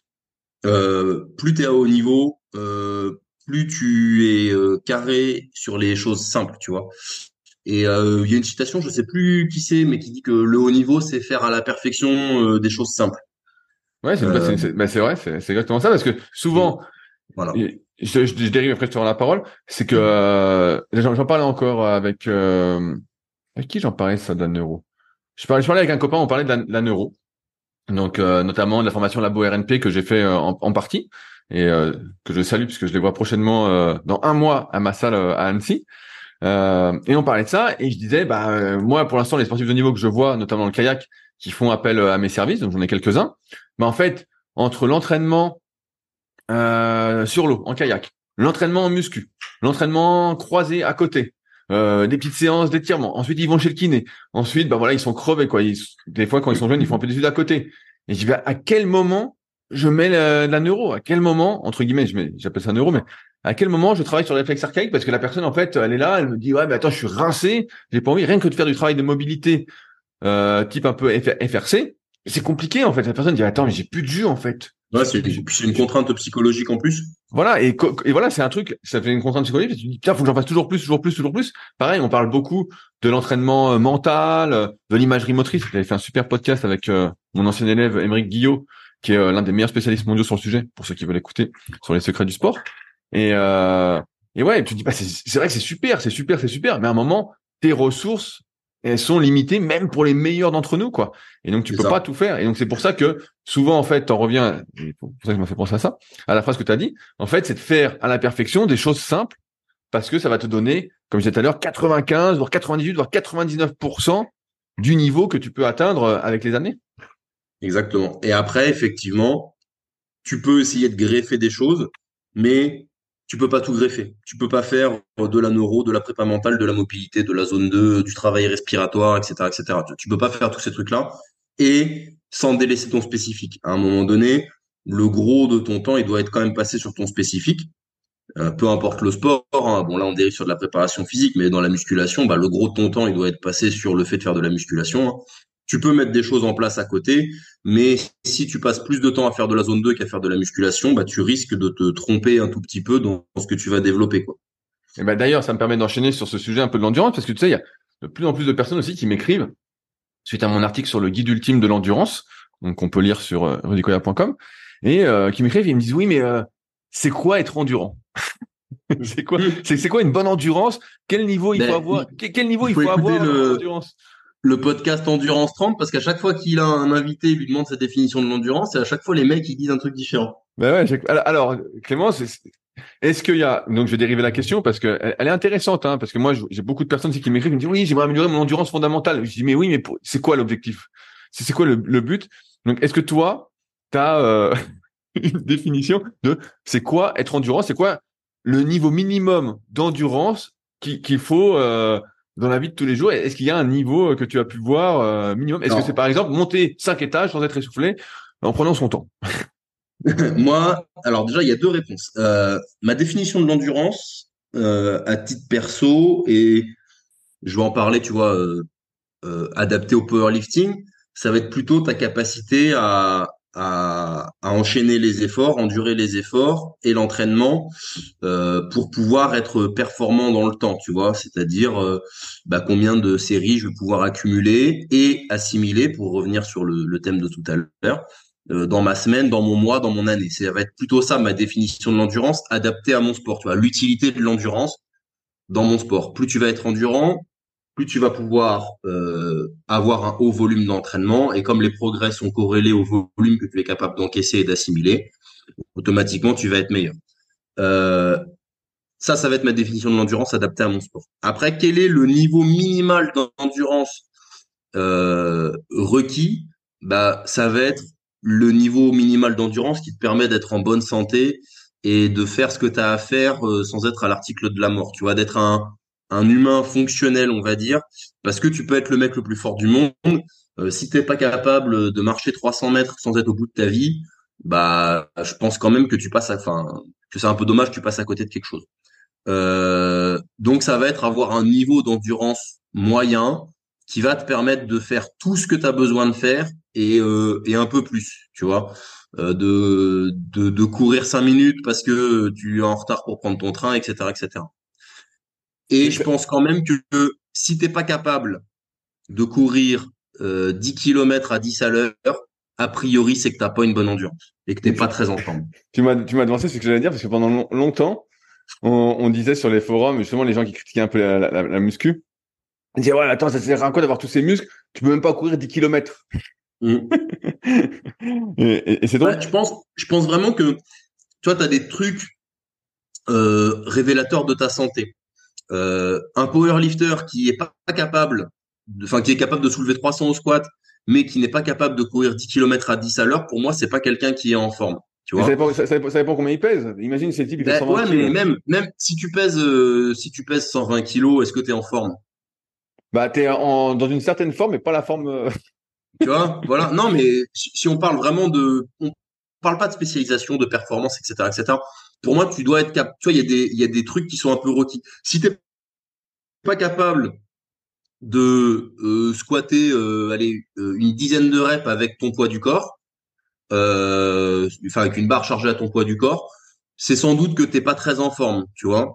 Euh, plus tu es à haut niveau, euh, plus tu es euh, carré sur les choses simples, tu vois. Et euh, il y a une citation, je sais plus qui c'est, mais qui dit que le haut niveau, c'est faire à la perfection euh, des choses simples. Ouais, c'est bah, Euh, c'est c'est bah, c'est vrai, c'est c'est exactement ça parce que et souvent, voilà. et je, je, je dérive après je te rends la parole, c'est que euh, j'en j'en parlais encore avec euh, avec qui j'en parlais ça de la neuro. Je parlais je parlais avec un copain, on parlait de la, de la neuro, donc euh, notamment de la formation Labo R N P que j'ai fait euh, en, en partie et euh, que je salue puisque je les vois prochainement euh, dans un mois à ma salle euh, à Annecy. Euh, et on parlait de ça et je disais bah euh, moi pour l'instant les sportifs de niveau que je vois notamment dans le kayak qui font appel euh, à mes services, donc j'en ai quelques-uns, bah en fait entre l'entraînement euh, sur l'eau en kayak, l'entraînement en muscu, l'entraînement croisé à côté, euh, des petites séances d'étirement, ensuite ils vont chez le kiné, ensuite bah voilà ils sont crevés quoi, ils, des fois quand ils sont jeunes ils font un peu d'études à côté et je dis bah, à quel moment je mets la, la neuro, à quel moment entre guillemets je mets, j'appelle ça neuro mais à quel moment je travaille sur le réflexe archaïque parce que la personne en fait elle est là, elle me dit ouais mais attends je suis rincé, j'ai pas envie rien que de faire du travail de mobilité euh, type un peu F- FRC, c'est compliqué en fait. La personne dit attends mais j'ai plus de jus en fait. Ouais, J'ai c'est plus, une, j'ai- puis c'est une j'ai- contrainte psychologique en plus. Voilà et, co- et voilà c'est un truc, ça fait une contrainte psychologique. Tu te dis putain faut que j'en fasse toujours plus, toujours plus, toujours plus. Pareil on parle beaucoup de l'entraînement euh, mental, euh, de l'imagerie motrice. J'avais fait un super podcast avec euh, mon ancien élève Émeric Guillot qui est euh, l'un des meilleurs spécialistes mondiaux sur le sujet pour ceux qui veulent écouter sur les secrets du sport. Et euh, et ouais, et tu te dis bah c'est c'est vrai que c'est super, c'est super, c'est super, mais à un moment tes ressources elles sont limitées même pour les meilleurs d'entre nous quoi. Et donc tu C'est peux pas ça. tout faire. Et donc c'est pour ça que souvent en fait t'en reviens, et pour ça que je me fais penser à ça, à la phrase que tu as dit, en fait c'est de faire à la perfection des choses simples parce que ça va te donner, comme je disais tout à l'heure, quatre-vingt-quinze voire quatre-vingt-dix-huit voire quatre-vingt-dix-neuf pour cent du niveau que tu peux atteindre euh, avec les années. Exactement. Et après, effectivement, tu peux essayer de greffer des choses, mais tu peux pas tout greffer. Tu peux pas faire de la neuro, de la prépa mentale, de la mobilité, de la zone deux, du travail respiratoire, et cetera, et cetera. Tu tu peux pas faire tous ces trucs-là et sans délaisser ton spécifique. À un moment donné, le gros de ton temps, il doit être quand même passé sur ton spécifique. Euh, peu importe le sport, hein. Bon là on dérive sur de la préparation physique, mais dans la musculation, bah, le gros de ton temps il doit être passé sur le fait de faire de la musculation, hein. Tu peux mettre des choses en place à côté, mais si tu passes plus de temps à faire de la zone deux qu'à faire de la musculation, bah tu risques de te tromper un tout petit peu dans ce que tu vas développer, quoi. Et ben d'ailleurs ça me permet d'enchaîner sur ce sujet un peu de l'endurance parce que tu sais il y a de plus en plus de personnes aussi qui m'écrivent suite à mon article sur le guide ultime de l'endurance, donc qu'on peut lire sur euh, rudicoya point com, et euh, qui m'écrivent et ils me disent oui mais euh, c'est quoi être endurant? C'est quoi? Hmm. C'est c'est quoi une bonne endurance? Quel niveau il faut Ben, avoir? il Quel, quel niveau il il faut faut écouter avoir dans le, l'endurance? le podcast Endurance trente parce qu'à chaque fois qu'il a un invité, il lui demande sa définition de l'endurance et à chaque fois les mecs ils disent un truc différent. Ben ouais, j'ai- alors, alors, Clément, c'est- c'est- est-ce qu'il y a, donc je vais dériver la question parce que elle, elle est intéressante, hein, parce que moi je- j'ai beaucoup de personnes aussi qui m'écrivent, qui me disent oui, j'aimerais améliorer mon endurance fondamentale. Je dis mais oui, mais pour- c'est quoi l'objectif? C'est c'est quoi le, le but? Donc est-ce que toi, tu as euh, une définition de c'est quoi être endurant? C'est quoi le niveau minimum d'endurance qu'il qu'il faut euh, dans la vie de tous les jours? Est-ce qu'il y a un niveau que tu as pu voir euh, minimum? Est-ce que c'est Non. par exemple monter cinq étages sans être essoufflé en prenant son temps? Moi, alors déjà, il y a deux réponses. Euh, ma définition de l'endurance, euh, à titre perso, et je vais en parler, tu vois, euh, euh, adapté au powerlifting, ça va être plutôt ta capacité à, à, à enchaîner les efforts, endurer les efforts et l'entraînement euh, pour pouvoir être performant dans le temps, tu vois, c'est-à-dire euh, bah, combien de séries je vais pouvoir accumuler et assimiler, pour revenir sur le, le thème de tout à l'heure, euh, dans ma semaine, dans mon mois, dans mon année. Ça va être plutôt ça ma définition de l'endurance adaptée à mon sport, tu vois, l'utilité de l'endurance dans mon sport. Plus tu vas être endurant, plus tu vas pouvoir euh, avoir un haut volume d'entraînement et comme les progrès sont corrélés au volume que tu es capable d'encaisser et d'assimiler, automatiquement tu vas être meilleur. Euh, ça, ça va être ma définition de l'endurance adaptée à mon sport. Après, quel est le niveau minimal d'endurance euh, requis? Bah, ça va être le niveau minimal d'endurance qui te permet d'être en bonne santé et de faire ce que tu as à faire euh, sans être à l'article de la mort. Tu vois, d'être un, un humain fonctionnel, on va dire, parce que tu peux être le mec le plus fort du monde. Euh, si t'es pas capable de marcher trois cents mètres sans être au bout de ta vie, bah, je pense quand même que tu passes à, enfin, que c'est un peu dommage, tu passes à côté de quelque chose. Euh, donc ça va être avoir un niveau d'endurance moyen qui va te permettre de faire tout ce que tu as besoin de faire et, euh, et un peu plus, tu vois. Euh, de, de, de courir cinq minutes parce que tu es en retard pour prendre ton train, et cetera, et cetera. Et je pense quand même que, que si t'es pas capable de courir euh, dix kilomètres à dix à l'heure, a priori, c'est que t'as pas une bonne endurance et que t'es pas Tu, très en forme. tu m'as, tu m'as devancé ce que j'allais dire parce que pendant long- longtemps, on, on disait sur les forums, justement, les gens qui critiquaient un peu la, la, la muscu, ils disaient, ouais, attends, ça sert à quoi d'avoir tous ces muscles? Tu peux même pas courir dix kilomètres. Mm. Et, et, et c'est Ouais, drôle. je pense, je pense vraiment que toi, tu as des trucs euh, révélateurs de ta santé. Euh, un powerlifter qui est pas capable, de- enfin qui est capable de soulever trois cents au squat, mais qui n'est pas capable de courir dix kilomètres à dix à l'heure, pour moi, c'est pas quelqu'un qui est en forme. Tu Mais ça vois? dépend, ça, ça dépend, ça dépend combien il pèse. Imagine, c'est le type, il fait Ben cent vingt ouais, mais kilos. même même si tu pèses euh, si tu pèses cent vingt kilos, est-ce que tu es en forme? Bah, t'es en, dans une certaine forme, mais pas la forme. euh, Tu vois? Voilà. Non, mais si, si on parle vraiment de, on parle pas de spécialisation, de performance, et cetera, et cetera. Pour moi, tu dois être capable. Tu vois, il y a des il y a des trucs qui sont un peu requis. Si t'es pas capable de euh, squatter euh, allez, euh, une dizaine de reps avec ton poids du corps, euh, enfin avec une barre chargée à ton poids du corps, c'est sans doute que t'es pas très en forme, tu vois.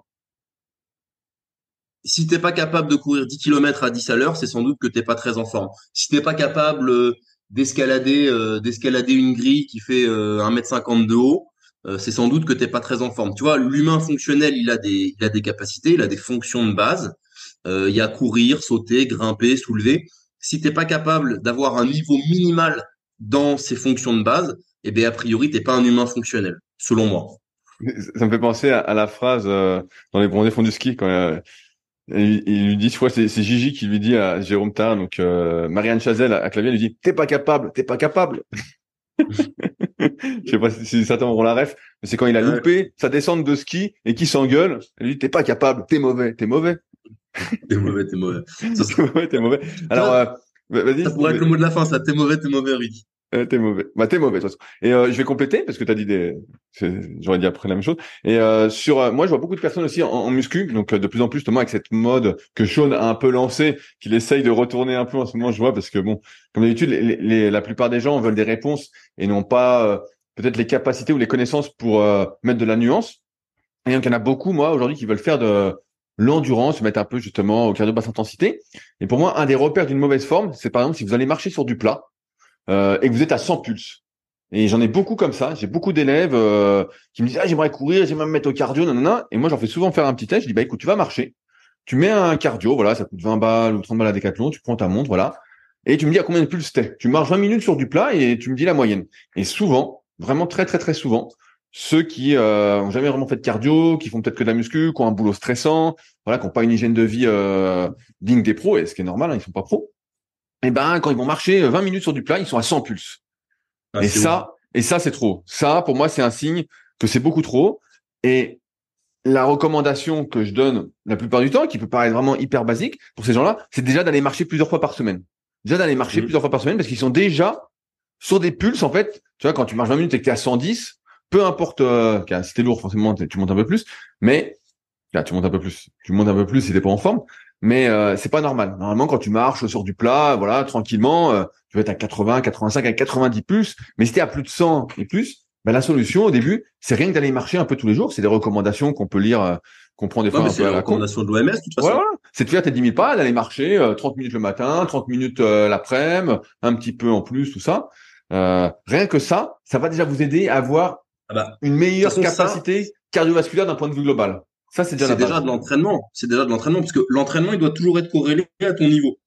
Si t'es pas capable de courir dix kilomètres à dix à l'heure, c'est sans doute que t'es pas très en forme. Si t'es pas capable euh, d'escalader euh, d'escalader une grille qui fait euh, un mètre cinquante de haut, euh, c'est sans doute que t'es pas très en forme. Tu vois, l'humain fonctionnel, il a des il a des capacités, il a des fonctions de base. Euh, il y a courir, sauter, grimper, soulever. Si t'es pas capable d'avoir un niveau minimal dans ces fonctions de base, eh bien a priori t'es pas un humain fonctionnel, selon moi. Ça me fait penser à, à la phrase euh, dans les bronzés fonds du ski quand euh, il, il lui dit, je crois que c'est c'est Gigi qui lui dit à Jérôme Tarn, donc euh, Marianne Chazelle à, à clavier, lui dit, t'es pas capable, t'es pas capable. Je sais pas si, si certains auront la ref, mais c'est quand il a Ouais, loupé sa descente de ski et qui s'engueule, il lui dit, t'es pas capable, t'es mauvais, t'es mauvais, t'es mauvais, t'es mauvais. Ça, t'es mauvais, t'es mauvais. Alors, ça, euh, vas-y, ça pourrait être le mot de la fin, ça. T'es mauvais, t'es mauvais, Rudy. Euh, t'es mauvais. Bah, t'es mauvais, de toute façon. Et euh, je vais compléter, parce que t'as dit des... c'est- J'aurais dit après la même chose. Et euh, sur, euh, moi, je vois beaucoup de personnes aussi en, en muscu, donc euh, de plus en plus, justement, avec cette mode que Sean a un peu lancée, qu'il essaye de retourner un peu en ce moment, je vois, parce que, bon, comme d'habitude, les, les- les- la plupart des gens veulent des réponses et n'ont pas euh, peut-être les capacités ou les connaissances pour euh, mettre de la nuance. Et donc, il y en a beaucoup, moi, aujourd'hui, qui veulent faire de l'endurance, se mettre un peu, justement, au cardio basse intensité. Et pour moi, un des repères d'une mauvaise forme, c'est par exemple si vous allez marcher sur du plat, euh, et que vous êtes à cent pulses. Et j'en ai beaucoup comme ça. J'ai beaucoup d'élèves euh, qui me disent ah j'aimerais courir, j'aimerais me mettre au cardio, nanana. Et moi j'en fais souvent faire un petit test. Je dis bah écoute tu vas marcher. tu mets un cardio, voilà, ça coûte vingt balles ou trente balles à Decathlon, tu prends ta montre, voilà, et tu me dis à combien de pulses t'es. Tu marches vingt minutes sur du plat et tu me dis la moyenne. Et souvent, vraiment très très très souvent, ceux qui euh, ont jamais vraiment fait de cardio, qui font peut-être que de la muscu, qui ont un boulot stressant, voilà, qui n'ont pas une hygiène de vie euh, digne des pros, et ce qui est normal, hein, ils sont pas pros, et ben quand ils vont marcher vingt minutes sur du plat, ils sont à cent pulses. Ah, Et c'est ouf. ça, et ça c'est trop. Ça, pour moi, c'est un signe que c'est beaucoup trop. Et la recommandation que je donne la plupart du temps, qui peut paraître vraiment hyper basique pour ces gens-là, c'est déjà d'aller marcher plusieurs fois par semaine. Déjà d'aller marcher Mmh. plusieurs fois par semaine parce qu'ils sont déjà sur des pulses, en fait. Tu vois, quand tu marches vingt minutes et que tu es à cent dix, peu importe, euh, si t'es lourd, forcément, tu montes un peu plus, mais là, tu montes un peu plus. Tu montes un peu plus si t'es pas en forme, mais euh, c'est pas normal. Normalement, quand tu marches sur du plat, voilà, tranquillement, euh, tu vas être à quatre-vingts, quatre-vingt-cinq, à quatre-vingt-dix pulses. Mais si t'es à plus de cent et plus, ben la solution au début, c'est rien que d'aller marcher un peu tous les jours. C'est des recommandations qu'on peut lire, euh, qu'on prend des Ouais, fois mais un c'est peu les à la con. recommandations de l'O M S, de toute Voilà, façon. voilà. C'est de faire tes dix mille pas, d'aller marcher euh, trente minutes le matin, trente minutes euh, l'après-midi, un petit peu en plus, tout ça. Euh, rien que ça, ça va déjà vous aider à avoir Ah bah, de une toute meilleure façon, ça, capacité cardiovasculaire d'un point de vue global. Ça, c'est déjà la c'est déjà base. de l'entraînement. C'est déjà de l'entraînement, parce que l'entraînement, il doit toujours être corrélé à ton niveau.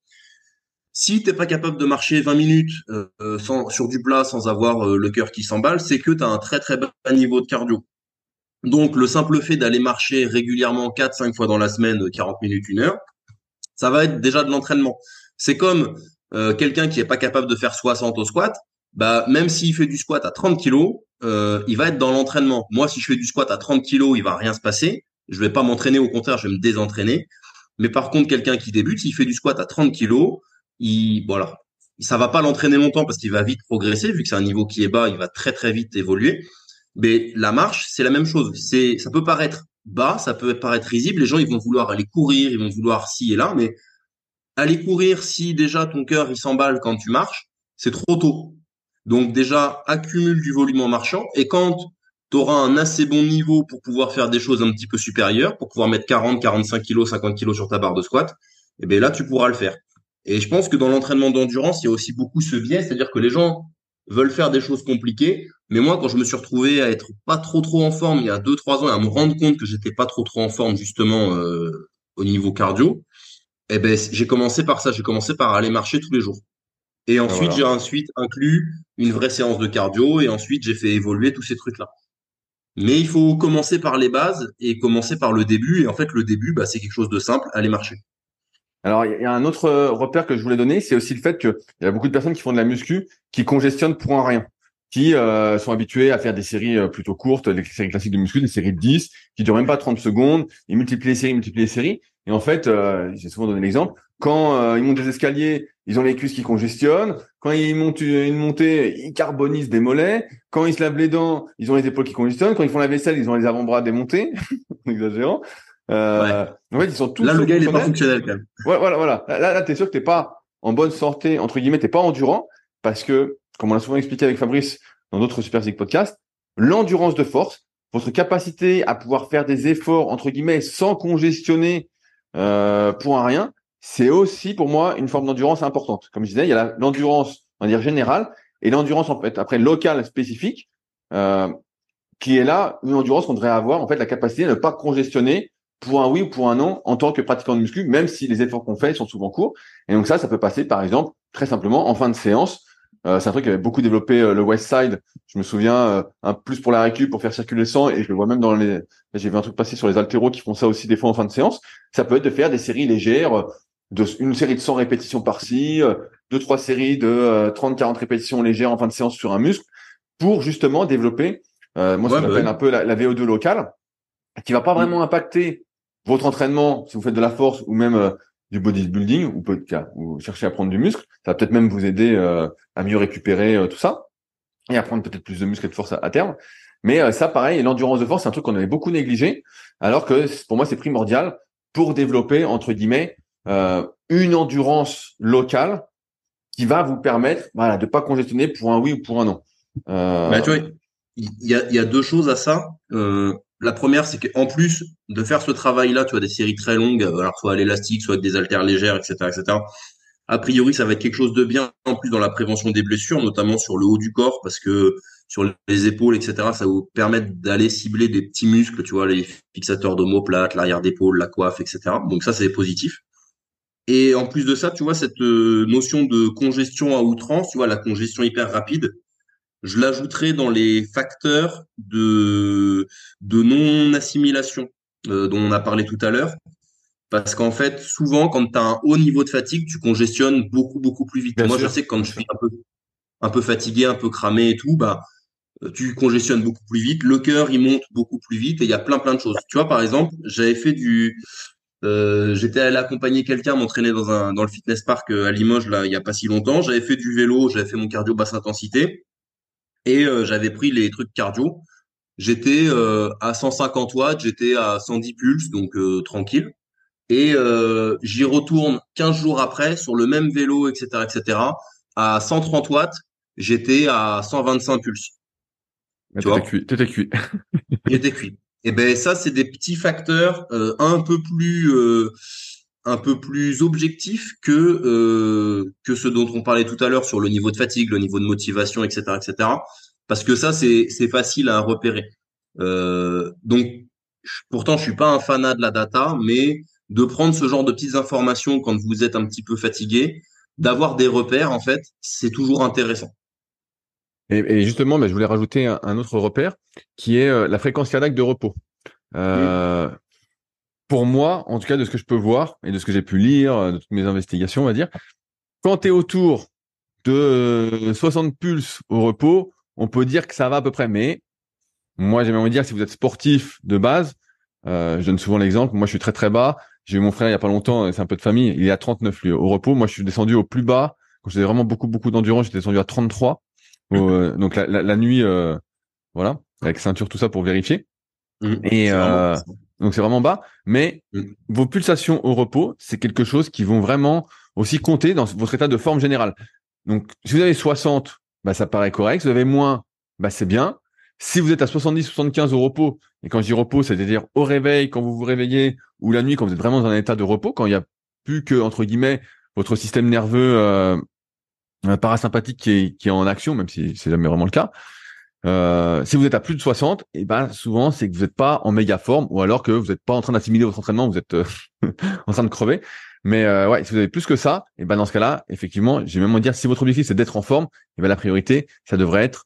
Si t'es pas capable de marcher vingt minutes euh, euh, sans, sur du plat sans avoir euh, le cœur qui s'emballe, c'est que tu as un très très bas niveau de cardio. Donc le simple fait d'aller marcher régulièrement quatre cinq fois dans la semaine, euh, quarante minutes, une heure, ça va être déjà de l'entraînement. C'est comme euh, quelqu'un qui est pas capable de faire soixante au squat, bah même s'il fait du squat à trente kilos, euh, il va être dans l'entraînement. Moi, si je fais du squat à trente kilos, il va rien se passer. Je vais pas m'entraîner, au contraire, je vais me désentraîner. Mais par contre, quelqu'un qui débute, s'il fait du squat à trente kilos, il, voilà, ça va pas l'entraîner longtemps parce qu'il va vite progresser, vu que c'est un niveau qui est bas, il va très très vite évoluer. Mais la marche, c'est la même chose. C'est, ça peut paraître bas, ça peut paraître risible. Les gens, ils vont vouloir aller courir, ils vont vouloir ci et là, mais aller courir, si déjà ton cœur il s'emballe quand tu marches, c'est trop tôt. Donc déjà, accumule du volume en marchant, et quand tu auras un assez bon niveau pour pouvoir faire des choses un petit peu supérieures, pour pouvoir mettre quarante, quarante-cinq kilos, cinquante kilos sur ta barre de squat, et bien là, tu pourras le faire. Et je pense que dans l'entraînement d'endurance, il y a aussi beaucoup ce biais, c'est-à-dire que les gens veulent faire des choses compliquées, mais moi, quand je me suis retrouvé à être pas trop trop en forme il y a deux trois ans, et à me rendre compte que j'étais pas trop trop en forme justement euh, au niveau cardio, eh ben, j'ai commencé par ça. J'ai commencé par aller marcher tous les jours. Et Ben ensuite, j'ai voilà. ensuite inclus une vraie séance de cardio, et ensuite, j'ai fait évoluer tous ces trucs-là. Mais il faut commencer par les bases et commencer par le début. Et en fait, le début, bah, c'est quelque chose de simple, aller marcher. Alors, il y a un autre euh, repère que je voulais donner, c'est aussi le fait qu'il y a beaucoup de personnes qui font de la muscu, qui congestionnent pour un rien, qui euh, sont habitués à faire des séries euh, plutôt courtes, les séries classiques de muscu, des séries de dix, qui durent même pas trente secondes, ils multiplient les séries, multiplient les séries. Et en fait, euh, j'ai souvent donné l'exemple, quand euh, ils montent des escaliers, ils ont les cuisses qui congestionnent. Quand ils montent une montée, ils carbonisent des mollets. Quand ils se lavent les dents, ils ont les épaules qui congestionnent. Quand ils font la vaisselle, ils ont les avant-bras démontés, en exagérant. Ouais. Euh, en fait, ils sont tous Là, le gars, il est pas fonctionnels. fonctionnel, quand même. Ouais, voilà, voilà. Là, là, t'es sûr que t'es pas en bonne santé, entre guillemets, t'es pas endurant, parce que, comme on l'a souvent expliqué avec Fabrice dans d'autres Super Physique podcasts, l'endurance de force, votre capacité à pouvoir faire des efforts, entre guillemets, sans congestionner euh, pour un rien, c'est aussi pour moi une forme d'endurance importante. Comme je disais, il y a la- l'endurance, on va dire générale, et l'endurance en fait après locale spécifique, euh, qui est là une endurance qu'on devrait avoir en fait la capacité de ne pas congestionner pour un oui ou pour un non en tant que pratiquant de muscu, même si les efforts qu'on fait sont souvent courts. Et donc ça, ça peut passer par exemple très simplement en fin de séance. Euh, c'est un truc qui avait beaucoup développé euh, le Westside. Je me souviens euh, un plus pour la récup, pour faire circuler le sang, et je le vois même dans les. J'ai vu un truc passer sur les haltéros qui font ça aussi des fois en fin de séance. Ça peut être de faire des séries légères, euh, de une série de cent répétitions par-ci, euh, deux trois séries de euh, trente quarante répétitions légères en fin de séance sur un muscle pour justement développer euh, moi ce Ouais, que bah j'appelle oui. un peu la, la V O deux locale, qui va pas Mm. vraiment impacter votre entraînement si vous faites de la force ou même euh, du bodybuilding ou peut ou chercher à prendre du muscle. Ça va peut-être même vous aider euh, à mieux récupérer euh, tout ça et à prendre peut-être plus de muscle et de force à, à terme. Mais euh, ça, pareil, l'endurance de force, c'est un truc qu'on avait beaucoup négligé, alors que pour moi, c'est primordial pour développer, entre guillemets, euh, une endurance locale qui va vous permettre voilà, de pas congestionner pour un oui ou pour un non. Bah, tu Euh, vois, il y a, il y a deux choses à ça. Euh, la première, c'est qu'en plus de faire ce travail-là, tu as des séries très longues, euh, alors soit à l'élastique, soit avec des haltères légères, et cetera, et cetera. A priori, ça va être quelque chose de bien en plus dans la prévention des blessures, notamment sur le haut du corps, parce que sur les épaules, et cetera. Ça va vous permettre d'aller cibler des petits muscles, tu vois, les fixateurs d'omoplate, l'arrière d'épaule, la coiffe, et cetera. Donc ça, c'est positif. Et en plus de ça, tu vois, cette euh, notion de congestion à outrance, tu vois, la congestion hyper rapide, je l'ajouterai dans les facteurs de, de non-assimilation euh, dont on a parlé tout à l'heure. Parce qu'en fait, souvent, quand tu as un haut niveau de fatigue, tu congestionnes beaucoup, beaucoup plus vite. Bien Moi, je sûr, sais que quand bien je sûr. suis un peu, un peu fatigué, un peu cramé et tout, bah, euh, tu congestionnes beaucoup plus vite. Le cœur, il monte beaucoup plus vite et il y a plein, plein de choses. Tu vois, par exemple, j'avais fait du, euh, j'étais allé accompagner quelqu'un m'entraîner dans un, dans le fitness park euh, à Limoges, là, il y a pas si longtemps. J'avais fait du vélo, j'avais fait mon cardio basse intensité et euh, j'avais pris les trucs cardio. J'étais euh, à cent cinquante watts, j'étais à cent dix pulses, donc euh, tranquille. Et euh, j'y retourne quinze jours après sur le même vélo, et cetera, et cetera. À cent trente watts, j'étais à cent vingt-cinq pulses. Mais Tu t'étais vois, cuit, t'étais cuit. j'étais cuit. Et ben ça, c'est des petits facteurs euh, un peu plus euh, un peu plus objectifs que euh, que ce dont on parlait tout à l'heure sur le niveau de fatigue, le niveau de motivation, et cetera, et cetera. Parce que ça, c'est c'est facile à repérer. Euh, donc, je- pourtant, je suis pas un fanat de la data, mais de prendre ce genre de petites informations quand vous êtes un petit peu fatigué, d'avoir des repères, en fait, c'est toujours intéressant. Et, et justement, bah, je voulais rajouter un, un autre repère qui est euh, la fréquence cardiaque de repos. Mm. Euh, pour moi, en tout cas de ce que je peux voir et de ce que j'ai pu lire, euh, de toutes mes investigations, on va dire, quand tu es autour de euh, soixante pulses au repos, on peut dire que ça va à peu près. Mais moi, j'aimerais envie de dire que si vous êtes sportif de base, euh, je donne souvent l'exemple, moi je suis très très bas, j'ai eu mon frère il y a pas longtemps, c'est un peu de famille, il est à trente-neuf lui, au repos, moi je suis descendu au plus bas, quand je faisais vraiment beaucoup beaucoup d'endurance, j'étais descendu à trente-trois, au, euh, donc la, la, la nuit, euh, voilà, avec ceinture tout ça pour vérifier. Mm. Et C'est vraiment euh, intéressant. donc c'est vraiment bas, mais Mm. vos pulsations au repos, c'est quelque chose qui vont vraiment aussi compter dans votre état de forme générale. Donc si vous avez soixante, bah ça paraît correct. Si vous avez moins, bah c'est bien. Si vous êtes à soixante-dix, soixante-quinze au repos, et quand je dis repos, c'est-à-dire au réveil, quand vous vous réveillez, ou la nuit, quand vous êtes vraiment dans un état de repos, quand il n'y a plus que, entre guillemets, votre système nerveux euh, parasympathique qui est, qui est en action, même si c'est jamais vraiment le cas, euh, si vous êtes à plus de soixante, et ben souvent c'est que vous n'êtes pas en méga forme ou alors que vous n'êtes pas en train d'assimiler votre entraînement, vous êtes euh, en train de crever. Mais euh, ouais, si vous avez plus que ça, et ben dans ce cas-là, effectivement, j'ai même envie de dire si votre objectif c'est d'être en forme, et ben la priorité, ça devrait être,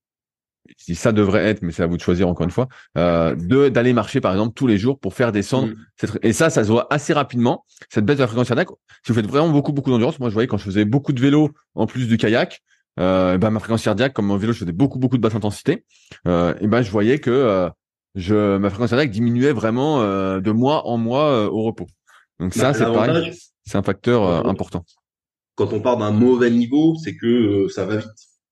si ça devrait être, mais c'est à vous de choisir encore une fois, euh, de d'aller marcher par exemple tous les jours pour faire descendre Mm. cette... et ça, ça se voit assez rapidement cette baisse de la fréquence cardiaque. Si vous faites vraiment beaucoup beaucoup d'endurance, moi je voyais quand je faisais beaucoup de vélo en plus du kayak. Euh, ben ma fréquence cardiaque, comme en vélo, je faisais beaucoup beaucoup de basse intensité. Euh, et ben je voyais que euh, je ma fréquence cardiaque diminuait vraiment euh, de mois en mois euh, au repos. Donc Bah, ça, c'est pareil, l'avantage, c'est un facteur quand euh, on, important. quand on part d'un mauvais niveau, c'est que euh, ça va vite.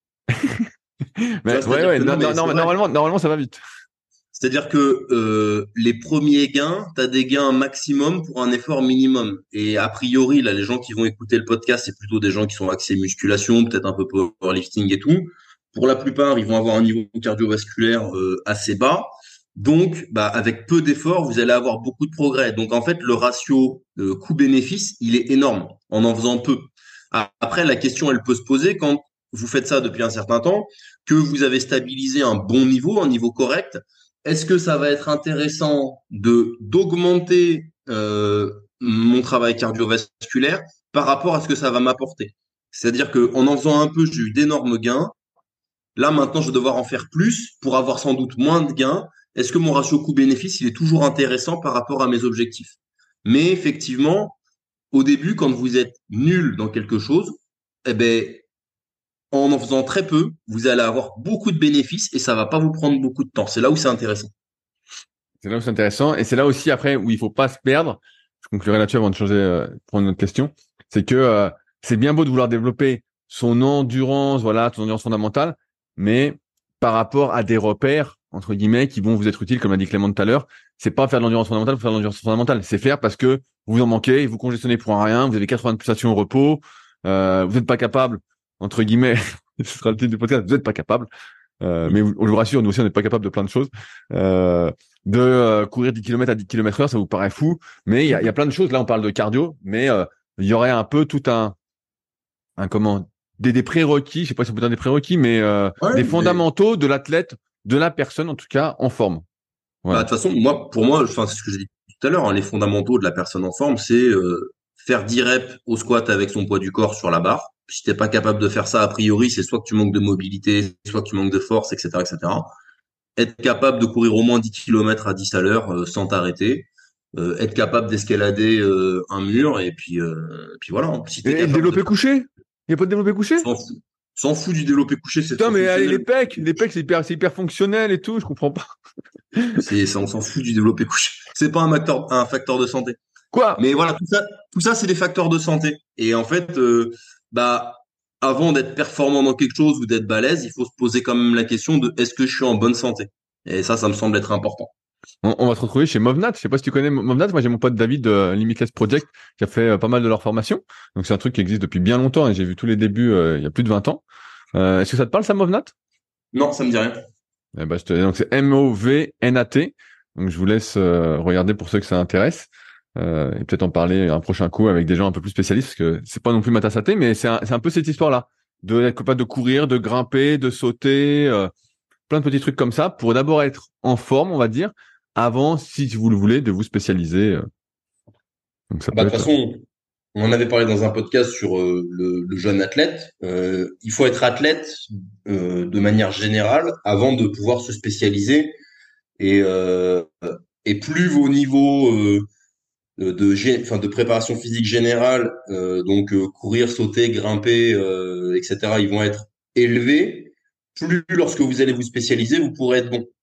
Tu Mais vois, ouais, c'est-à-dire ouais, que no- non, no- mais c'est no- vrai. normalement, normalement, ça va vite. C'est-à-dire que euh, les premiers gains, tu as des gains maximum pour un effort minimum. Et a priori, là, les gens qui vont écouter le podcast, c'est plutôt des gens qui sont axés musculation, peut-être un peu powerlifting et tout. Pour la plupart, ils vont avoir un niveau cardiovasculaire euh, assez bas. Donc, bah, avec peu d'efforts, vous allez avoir beaucoup de progrès. Donc, en fait, le ratio euh, coût-bénéfice, il est énorme en en faisant peu. A- Après, la question, elle peut se poser quand vous faites ça depuis un certain temps, que vous avez stabilisé un bon niveau, un niveau correct. Est-ce que ça va être intéressant de d'augmenter euh, mon travail cardiovasculaire par rapport à ce que ça va m'apporter? C'est-à-dire que en en faisant un peu, j'ai eu d'énormes gains. Là, maintenant, je vais devoir en faire plus pour avoir sans doute moins de gains. Est-ce que mon ratio coût-bénéfice, il est toujours intéressant par rapport à mes objectifs? Mais effectivement, au début, quand vous êtes nul dans quelque chose, eh ben, en en faisant très peu, vous allez avoir beaucoup de bénéfices et ça va pas vous prendre beaucoup de temps. C'est là où c'est intéressant. C'est là où c'est intéressant. Et c'est là aussi, après, où il faut pas se perdre. Je conclurai là-dessus avant de changer, euh, prendre une autre question. C'est que euh, c'est bien beau de vouloir développer son endurance, voilà, son endurance fondamentale, mais par rapport à des repères, entre guillemets, qui vont vous être utiles, comme l'a dit Clément tout à l'heure, c'est pas faire de l'endurance fondamentale pour faire de l'endurance fondamentale. C'est faire parce que vous en manquez, vous congestionnez pour un rien, vous avez quatre-vingts pulsations au repos, euh, vous n'êtes pas capable, entre guillemets, ce sera le titre du podcast, vous n'êtes pas capable. Euh, mais on vous rassure, nous aussi, on n'est pas capable de plein de choses. Euh, de euh, courir dix kilomètres à dix kilomètres heure, ça vous paraît fou. Mais il y a, il y a plein de choses. Là, on parle de cardio, mais euh, il y aurait un peu tout un, un comment, des, des prérequis, je sais pas si on peut dire des prérequis, mais euh, Ouais, des mais- fondamentaux de l'athlète, de la personne en tout cas en forme. Bah, de Voilà. toute façon, moi, pour moi, enfin, c'est ce que j'ai dit tout à l'heure, hein, les fondamentaux de la personne en forme, c'est euh, faire dix reps au squat avec son poids du corps sur la barre. Si t'es pas capable de faire ça, a priori, c'est soit que tu manques de mobilité, soit que tu manques de force, et cetera, et cetera. Être capable de courir au moins dix kilomètres à dix à l'heure euh, sans t'arrêter. Euh, être capable d'escalader euh, un mur, et puis, euh, et puis voilà, hein. Si Et, t'es et le capable de développé faire, couché? Il y a pas de développé couché? s'en fout. S'en fout du développé couché, c'est Putain, trop mais allez, fonctionnel. les pecs, les pecs, c'est hyper, c'est hyper fonctionnel et tout, je comprends pas. C'est, ça, on s'en fout du développé couché. C'est pas un facteur, un facteur de santé. Quoi? Mais voilà, tout ça, tout ça, c'est des facteurs de santé. Et en fait, euh, bah, avant d'être performant dans quelque chose ou d'être balèze, il faut se poser quand même la question de est-ce que je suis en bonne santé? Et ça, ça me semble être important. On, on va se retrouver chez Movnat. Je sais pas si tu connais Movnat. Moi, j'ai mon pote David de Limitless Project qui a fait euh, pas mal de leur formation. Donc, c'est un truc qui existe depuis bien longtemps et j'ai vu tous les débuts euh, il y a plus de vingt ans. Euh, est-ce que ça te parle, ça, Movnat? Non, ça me dit rien. Eh ben, je te... Donc, c'est M O V N A T. Donc, je vous laisse euh, regarder pour ceux que ça intéresse. Euh, et peut-être en parler un prochain coup avec des gens un peu plus spécialistes parce que c'est pas non plus ma tasse à thé, mais c'est un, c'est un peu cette histoire-là. De être capable de courir, de grimper, de sauter, euh, plein de petits trucs comme ça pour d'abord être en forme, on va dire, avant, si vous le voulez, de vous spécialiser. euh. Donc ça Bah, peut de toute être. façon, on en avait parlé dans un podcast sur euh, le, le jeune athlète. Euh, il faut être athlète euh, de manière générale avant de pouvoir se spécialiser. Et, euh, et plus vos niveaux euh, de, gé- enfin, de préparation physique générale, euh, donc euh, courir, sauter, grimper, euh, et cetera, ils vont être élevés, plus lorsque vous allez vous spécialiser, vous pourrez être bon.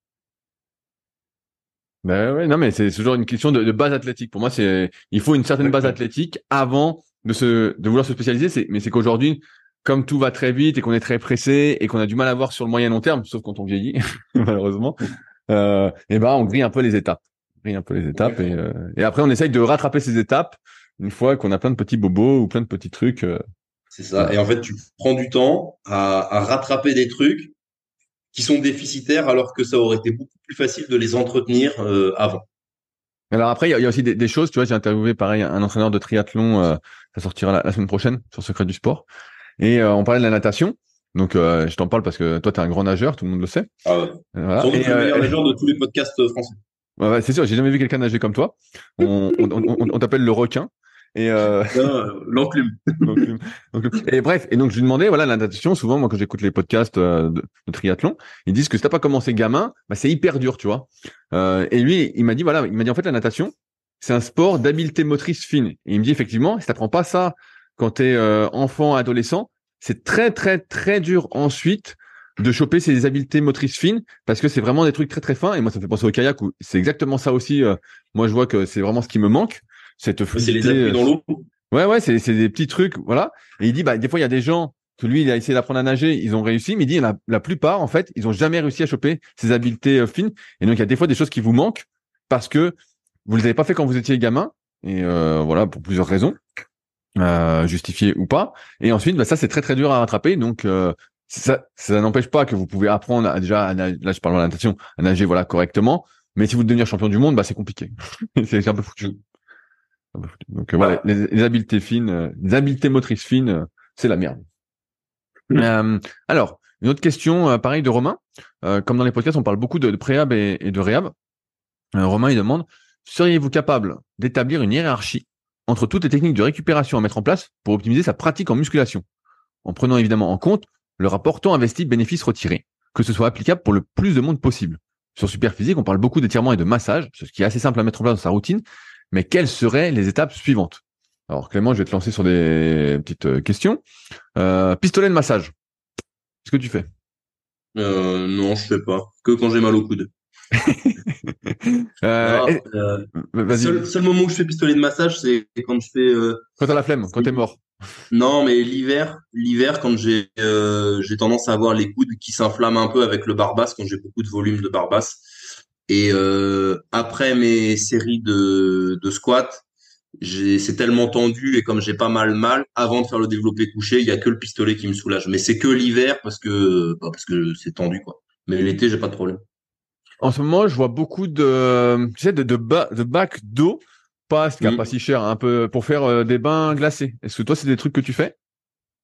Ben ouais, non, mais c'est toujours une question de, de base athlétique. Pour moi, c'est il faut une certaine base Exactement. athlétique avant de se de vouloir se spécialiser. C'est mais c'est qu'aujourd'hui, comme tout va très vite et qu'on est très pressé et qu'on a du mal à voir sur le moyen long terme, sauf quand on vieillit, malheureusement, euh, et ben on grille un peu les étapes, on grille un peu les étapes et Exactement. euh, et après on essaye de rattraper ces étapes une fois qu'on a plein de petits bobos ou plein de petits trucs. euh, C'est ça. voilà. Et en fait, tu prends du temps à, à rattraper des trucs qui sont déficitaires alors que ça aurait été beaucoup plus facile de les entretenir euh, avant. Alors après, il y a, il y a aussi des, des choses, tu vois, j'ai interviewé pareil un entraîneur de triathlon, euh, ça sortira la, la semaine prochaine sur Secret du Sport. Et euh, on parlait de la natation. Donc euh, je t'en parle parce que toi, tu es un grand nageur, tout le monde le sait. Ah ouais. Euh, Voilà. Sans doute Et le meilleur euh, nageur de tous les podcasts euh, français. ouais, ouais, c'est sûr, j'ai jamais vu quelqu'un nager comme toi. On, on, on, on- on t'appelle le requin. Et euh, Non, euh, l'enclume. donc, euh, donc, euh, et bref, et donc je lui demandais, voilà, la natation, souvent, moi, quand j'écoute les podcasts euh, de, de triathlon, ils disent que si t'as pas commencé gamin, bah, c'est hyper dur, tu vois. Euh, et lui, il m'a dit, voilà, il m'a dit, en fait, la natation, c'est un sport d'habileté motrice fine. Et il me dit, effectivement, si t'apprends pas ça quand t'es euh, enfant, adolescent, c'est très, très, très dur ensuite de choper ces habiletés motrices fines parce que c'est vraiment des trucs très, très fins. Et moi, ça me fait penser au kayak où c'est exactement ça aussi. euh, moi, je vois que c'est vraiment ce qui me manque, cette C'est les fluidité. appuis euh, dans l'eau. Ouais, ouais, c'est c'est des petits trucs, voilà. Et il dit, bah, des fois, il y a des gens que lui, il a essayé d'apprendre à nager, ils ont réussi, mais il dit, la, la plupart, en fait, ils ont jamais réussi à choper ces habiletés euh, fines. Et donc, il y a des fois des choses qui vous manquent parce que vous les avez pas fait quand vous étiez gamin. Et euh, voilà, pour plusieurs raisons, euh, justifiées ou pas. Et ensuite, bah, ça, c'est très, très dur à rattraper. Donc, euh, ça, ça n'empêche pas que vous pouvez apprendre à, déjà, à nager, là, je parle de la natation, à nager, voilà, correctement. Mais si vous devenir champion du monde, bah, c'est compliqué. c'est c'est un peu foutu. Donc euh, voilà, Bah, les, les habiletés fines, euh, les habiletés motrices fines, euh, c'est la merde. Euh, alors, une autre question, euh, pareil de Romain. Euh, comme dans les podcasts, on parle beaucoup de, de préhab et, et de réhab. Euh, Romain, il demande, seriez-vous capable d'établir une hiérarchie entre toutes les techniques de récupération à mettre en place pour optimiser sa pratique en musculation, en prenant évidemment en compte le rapport temps investi bénéfice retiré, que ce soit applicable pour le plus de monde possible. Sur Superphysique, on parle beaucoup d'étirement et de massage, ce qui est assez simple à mettre en place dans sa routine, mais quelles seraient les étapes suivantes? Alors Clément, je vais te lancer sur des petites euh, questions. Euh, pistolet de massage, qu'est-ce que tu fais? euh, non, je fais pas. Que quand j'ai mal au coude. euh, Non, et- euh, Vas-y, seul, seul moment où je fais pistolet de massage, c'est quand je fais. Euh, quand t'as la flemme, quand t'es mort. non, mais l'hiver, l'hiver, quand j'ai euh, j'ai tendance à avoir les coudes qui s'inflamment un peu avec le barbasse, quand j'ai beaucoup de volume de barbasse. Et euh, après mes séries de, de squats, j'ai, c'est tellement tendu et comme j'ai pas mal mal, avant de faire le développé couché, il y a que le pistolet qui me soulage. Mais c'est que l'hiver parce que bah, parce que c'est tendu quoi. Mais l'été, j'ai pas de problème. En ce moment, je vois beaucoup de, tu sais, de, de, ba- de bacs d'eau, pas, pas Hmm. si cher, un peu, pour faire euh, des bains glacés. Est-ce que toi, c'est des trucs que tu fais?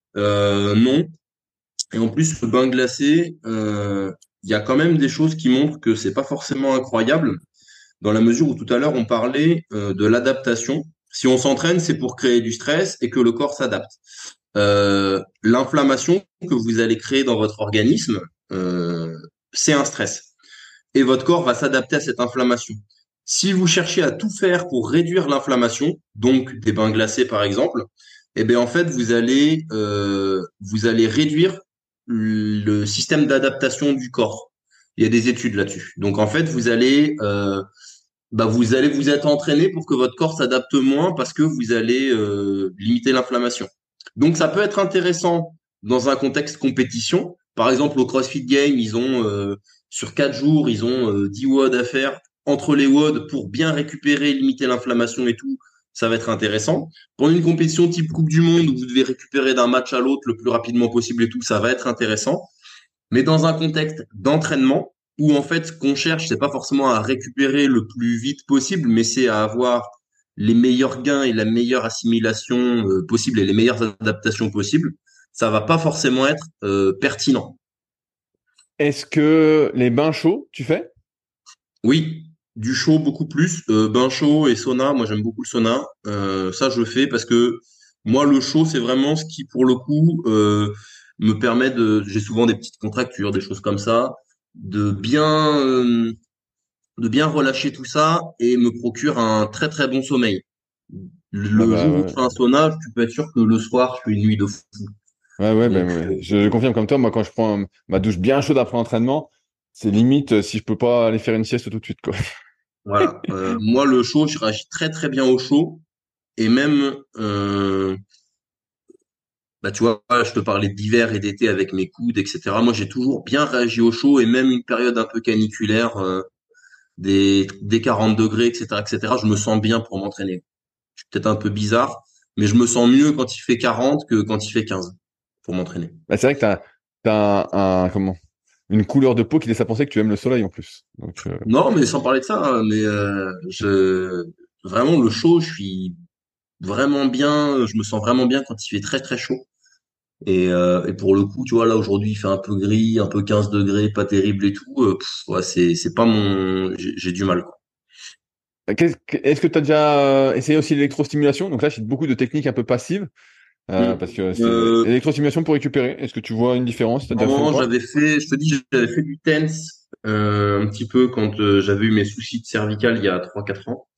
Euh, non. Et en plus, le bain glacé, euh, il y a quand même des choses qui montrent que c'est pas forcément incroyable, dans la mesure où tout à l'heure on parlait euh, de l'adaptation. Si on s'entraîne, c'est pour créer du stress et que le corps s'adapte. Euh, l'inflammation que vous allez créer dans votre organisme, euh, c'est un stress. Et votre corps va s'adapter à cette inflammation. Si vous cherchez à tout faire pour réduire l'inflammation, donc des bains glacés par exemple, eh bien en fait vous allez euh, vous allez réduire le système d'adaptation du corps. Il y a des études là-dessus. Donc en fait vous allez euh, bah vous allez vous être entraîné pour que votre corps s'adapte moins parce que vous allez euh, limiter l'inflammation. Donc ça peut être intéressant dans un contexte compétition. Par exemple, au CrossFit Games, ils ont euh, sur quatre jours, ils ont euh, dix W O D à faire entre les W O D pour bien récupérer, limiter l'inflammation et tout. Ça va être intéressant. Pour une compétition type Coupe du Monde où vous devez récupérer d'un match à l'autre le plus rapidement possible et tout, ça va être intéressant. Mais dans un contexte d'entraînement où en fait ce qu'on cherche, c'est pas forcément à récupérer le plus vite possible, mais c'est à avoir les meilleurs gains et la meilleure assimilation euh, possible et les meilleures adaptations possibles, ça va pas forcément être euh, pertinent. Est-ce que les bains chauds, tu fais? Oui, du chaud beaucoup plus, euh, bain chaud et sauna. Moi j'aime beaucoup le sauna. Euh, ça je le fais parce que moi le chaud c'est vraiment ce qui pour le coup euh, me permet de. J'ai souvent des petites contractures, des choses comme ça, de bien euh, de bien relâcher tout ça et me procure un très très bon sommeil. Ah Le bah jour où je ouais. fais un sauna, tu peux être sûr que le soir, je fais une nuit de fou. Ouais, ouais, ben Donc ouais. euh, Je confirme comme toi, moi quand je prends ma douche bien chaude après l'entraînement, c'est limite euh, si je peux pas aller faire une sieste tout de suite, quoi. voilà. Euh, moi, le chaud, je réagis très très bien au chaud. Et même, euh, bah, tu vois, je te parlais d'hiver et d'été avec mes coudes, et cetera. Moi, j'ai toujours bien réagi au chaud et même une période un peu caniculaire, euh, des, des quarante degrés, et cetera, et cetera. Je me sens bien pour m'entraîner. Je suis peut-être un peu bizarre, mais je me sens mieux quand il fait quarante que quand il fait quinze pour m'entraîner. Bah, c'est vrai que t'as, t'as un, un- comment, une couleur de peau qui laisse à penser que tu aimes le soleil en plus. Donc, euh, Non, mais sans parler de ça, hein, mais euh, je vraiment le chaud, je suis vraiment bien, je me sens vraiment bien quand il fait très très chaud. Et, euh, et pour le coup, tu vois, là aujourd'hui, il fait un peu gris, un peu quinze degrés, pas terrible et tout. Euh, pff, ouais, c'est c'est pas mon, j'ai j'ai du mal, quoi. qu'est-ce que- est-ce que tu as déjà euh, essayé aussi l'électrostimulation? Donc là, c'est beaucoup de techniques un peu passives, euh, Mm. parce que c'est Euh, l'électrostimulation pour récupérer. Est-ce que tu vois une différence? Tu as déjà fait ou Normalement, pas? j'avais fait, je te dis, j'avais fait du TENS euh, un petit peu quand euh, j'avais eu mes soucis de cervical il y a trois quatre ans.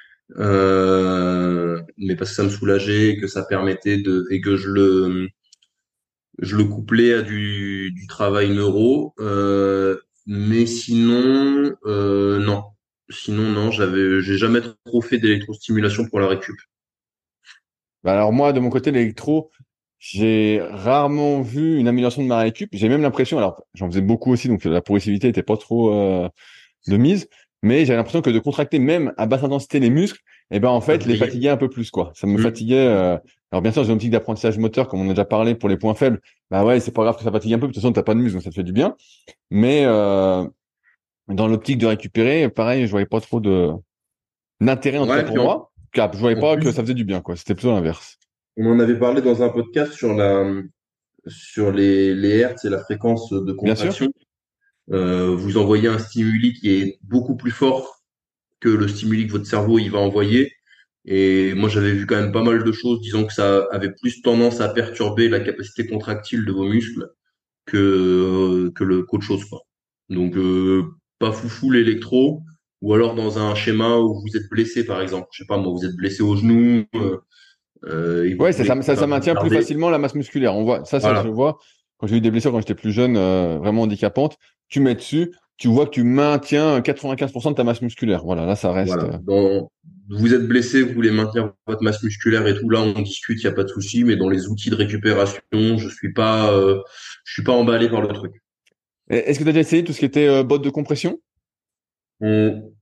Euh, mais parce que ça me soulageait, et que ça permettait de, et que je le, je le couplais à du, du travail neuro. Euh, mais sinon, euh, non. Sinon, non, j'avais, j'ai jamais trop fait d'électrostimulation pour la récup. Bah alors moi, de mon côté, l'électro, j'ai rarement vu une amélioration de ma récup. J'ai même l'impression, alors j'en faisais beaucoup aussi, donc la progressivité était pas trop euh, de mise, mais j'avais l'impression que de contracter même à basse intensité les muscles, eh ben en Ça fait, les vrillait. fatiguait un peu plus, quoi. Ça me Hmm. fatiguait. euh, Alors bien sûr, j'ai une optique d'apprentissage moteur, comme on a déjà parlé pour les points faibles. Bah ouais, c'est pas grave que ça fatigue un peu, de toute façon, t'as pas de muscle, donc ça te fait du bien. Mais euh, dans l'optique de récupérer, pareil, je voyais pas trop de d'intérêt, en tout cas Ouais, pour puis en, moi. Car je voyais en pas que plus, ça faisait du bien, quoi. C'était plutôt l'inverse. on en avait parlé dans un podcast sur la, sur les, les hertz et la fréquence de Bien sûr. contraction. Euh, vous envoyez un stimuli qui est beaucoup plus fort que le stimuli que votre cerveau il va envoyer. Et moi, j'avais vu quand même pas mal de choses disant que ça avait plus tendance à perturber la capacité contractile de vos muscles que, que le qu'autre chose, quoi. Donc, euh, pas foufou l'électro, ou alors dans un schéma où vous êtes blessé, par exemple. Je sais pas, moi, vous êtes blessé au genou, euh, euh, et vous Ouais, ça, voulez ça, ça, ça maintient plus garder. facilement la masse musculaire. On voit, ça, ça, je le Voilà. vois. Quand j'ai eu des blessures quand j'étais plus jeune, euh, vraiment handicapantes, tu mets dessus, tu vois que tu maintiens quatre-vingt-quinze pour cent de ta masse musculaire. Voilà, là, ça reste. Voilà. euh, Dans, vous êtes blessé, vous voulez maintenir votre masse musculaire et tout, là, on discute, il n'y a pas de souci, mais dans les outils de récupération, je suis pas, euh, je suis pas emballé par le truc. Et Est-ce que tu as déjà essayé tout ce qui était euh, bottes de compression? On...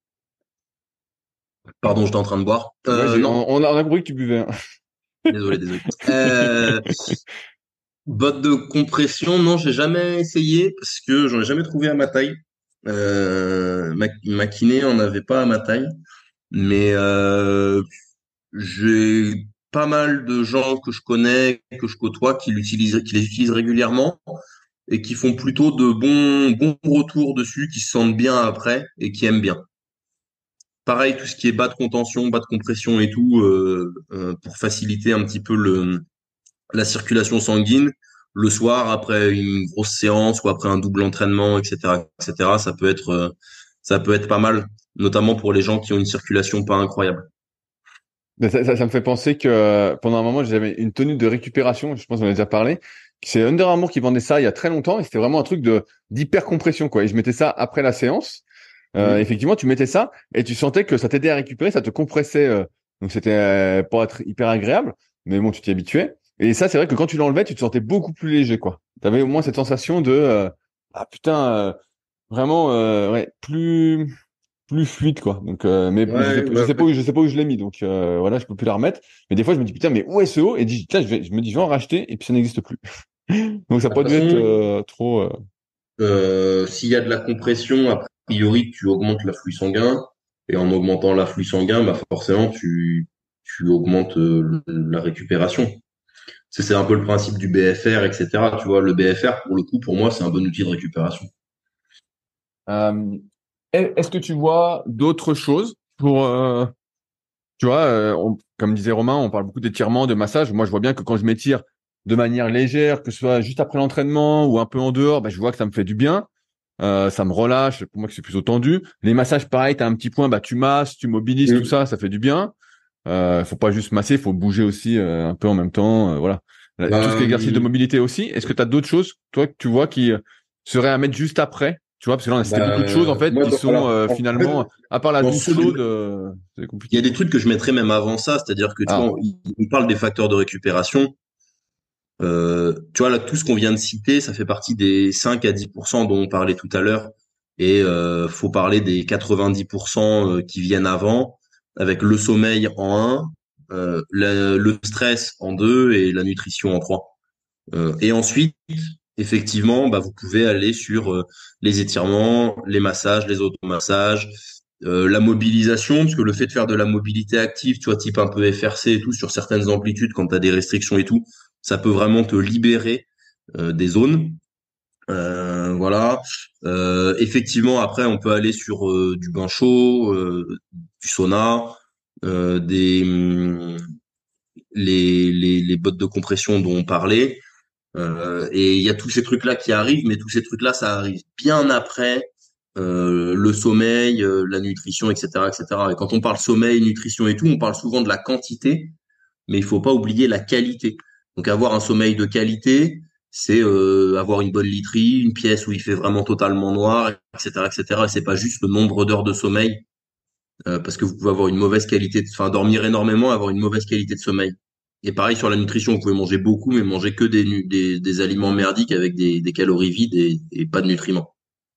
Pardon, j'étais en train de boire. Ouais, Euh, j'ai, non, on, on a compris que tu buvais, hein. désolé, désolé. Euh, botte de compression, non, j'ai jamais essayé parce que j'en ai jamais trouvé à ma taille. Euh, ma, ma kiné en avait pas à ma taille, mais euh, j'ai pas mal de gens que je connais, que je côtoie, qui l'utilisent, qui les utilisent régulièrement et qui font plutôt de bons, bons retours dessus, qui se sentent bien après et qui aiment bien. Pareil, tout ce qui est bas de contention, bas de compression et tout, euh, euh, pour faciliter un petit peu le, la circulation sanguine. Le soir, après une grosse séance ou après un double entraînement, et cetera, et cetera, ça peut être, euh, ça peut être pas mal, notamment pour les gens qui ont une circulation pas incroyable. Mais Ça, ça, ça me fait penser que euh, pendant un moment, j'avais une tenue de récupération, je pense qu'on en a déjà parlé. C'est Under Armour qui vendait ça il y a très longtemps et c'était vraiment un truc de d'hyper compression quoi. Et je mettais ça après la séance. Euh, Mhm. effectivement, tu mettais ça et tu sentais que ça t'aidait à récupérer, ça te compressait. Euh, donc c'était euh, pour être hyper agréable, mais bon, tu t'y habituais. Et ça, c'est vrai que quand tu l'enlevais, tu te sentais beaucoup plus léger quoi. T'avais au moins cette sensation de euh, ah putain, euh, vraiment euh, ouais plus plus fluide quoi. Donc euh, mais je sais Ouais, je ouais, sais pas ouais. où je sais pas où je l'ai mis donc euh, voilà, je peux plus la remettre. Mais des fois je me dis putain mais où est ce haut et dis tiens je vais je me dis je vais en racheter et puis ça n'existe plus. Donc ça De n'a toute pas dû être façon, euh, trop euh, euh, s'il y a de la compression, a priori, tu augmentes l'afflux sanguin. Et en augmentant l'afflux sanguin, bah forcément, tu, tu augmentes euh, la récupération. C'est c'est un peu le principe du B F R, et cetera. Tu vois, le B F R, pour le coup, pour moi, c'est un bon outil de récupération. euh, est- est-ce que tu vois d'autres choses pour euh, tu vois euh, on- comme disait Romain, on parle beaucoup d'étirement, de massage. Moi je vois bien que quand je m'étire de manière légère, que ce soit juste après l'entraînement ou un peu en dehors, bah, je vois que ça me fait du bien. Euh, ça me relâche, pour moi que c'est plutôt tendu. Les massages, pareil, t'as un petit point, bah tu masses, tu mobilises, tout Mm. ça, ça fait du bien. Euh, faut pas juste masser, faut bouger aussi euh, un peu en même temps. Euh, voilà. Là, tout ce qui est Bah, exercice de mobilité aussi. Est-ce que tu as d'autres choses, toi, que tu vois qui euh, seraient à mettre juste après? Tu vois, parce que là, on a cité beaucoup de choses en bah, fait moi, qui dans- sont alors, euh, en fait, finalement, à part la dans douche ceux que je chaude, euh, c'est il y compliqué a des quoi. trucs que je mettrais même avant ça, c'est-à-dire que tu vois, Ah, on, on parle des facteurs de récupération. Euh, tu vois, là, tout ce qu'on vient de citer, ça fait partie des cinq à dix pour cent dont on parlait tout à l'heure. Et euh, faut parler des quatre-vingt-dix pour cent euh, qui viennent avant, avec le sommeil en un, euh, le, le stress en deux et la nutrition en trois. Euh, et ensuite, effectivement, bah, vous pouvez aller sur euh, les étirements, les massages, les automassages, euh, la mobilisation, parce que le fait de faire de la mobilité active, tu vois, type un peu F R C et tout, sur certaines amplitudes, quand tu as des restrictions et tout, ça peut vraiment te libérer euh, des zones. Euh, voilà. Euh, effectivement, après, on peut aller sur euh, du bain chaud, euh, du sauna, euh, des hum, les, les les bottes de compression dont on parlait. Euh, et il y a tous ces trucs-là qui arrivent, mais tous ces trucs-là, ça arrive bien après euh, le sommeil, euh, la nutrition, et cetera, et cetera. Et quand on parle sommeil, nutrition et tout, on parle souvent de la quantité, mais il faut pas oublier la qualité. Donc avoir un sommeil de qualité, c'est euh, avoir une bonne literie, une pièce où il fait vraiment totalement noir, et cetera, et cetera. Et c'est pas juste le nombre d'heures de sommeil, euh, parce que vous pouvez avoir une mauvaise qualité, de, enfin dormir énormément, avoir une mauvaise qualité de sommeil. Et pareil sur la nutrition, vous pouvez manger beaucoup, mais manger que des, nu- des, des aliments merdiques avec des, des calories vides et, et pas de nutriments.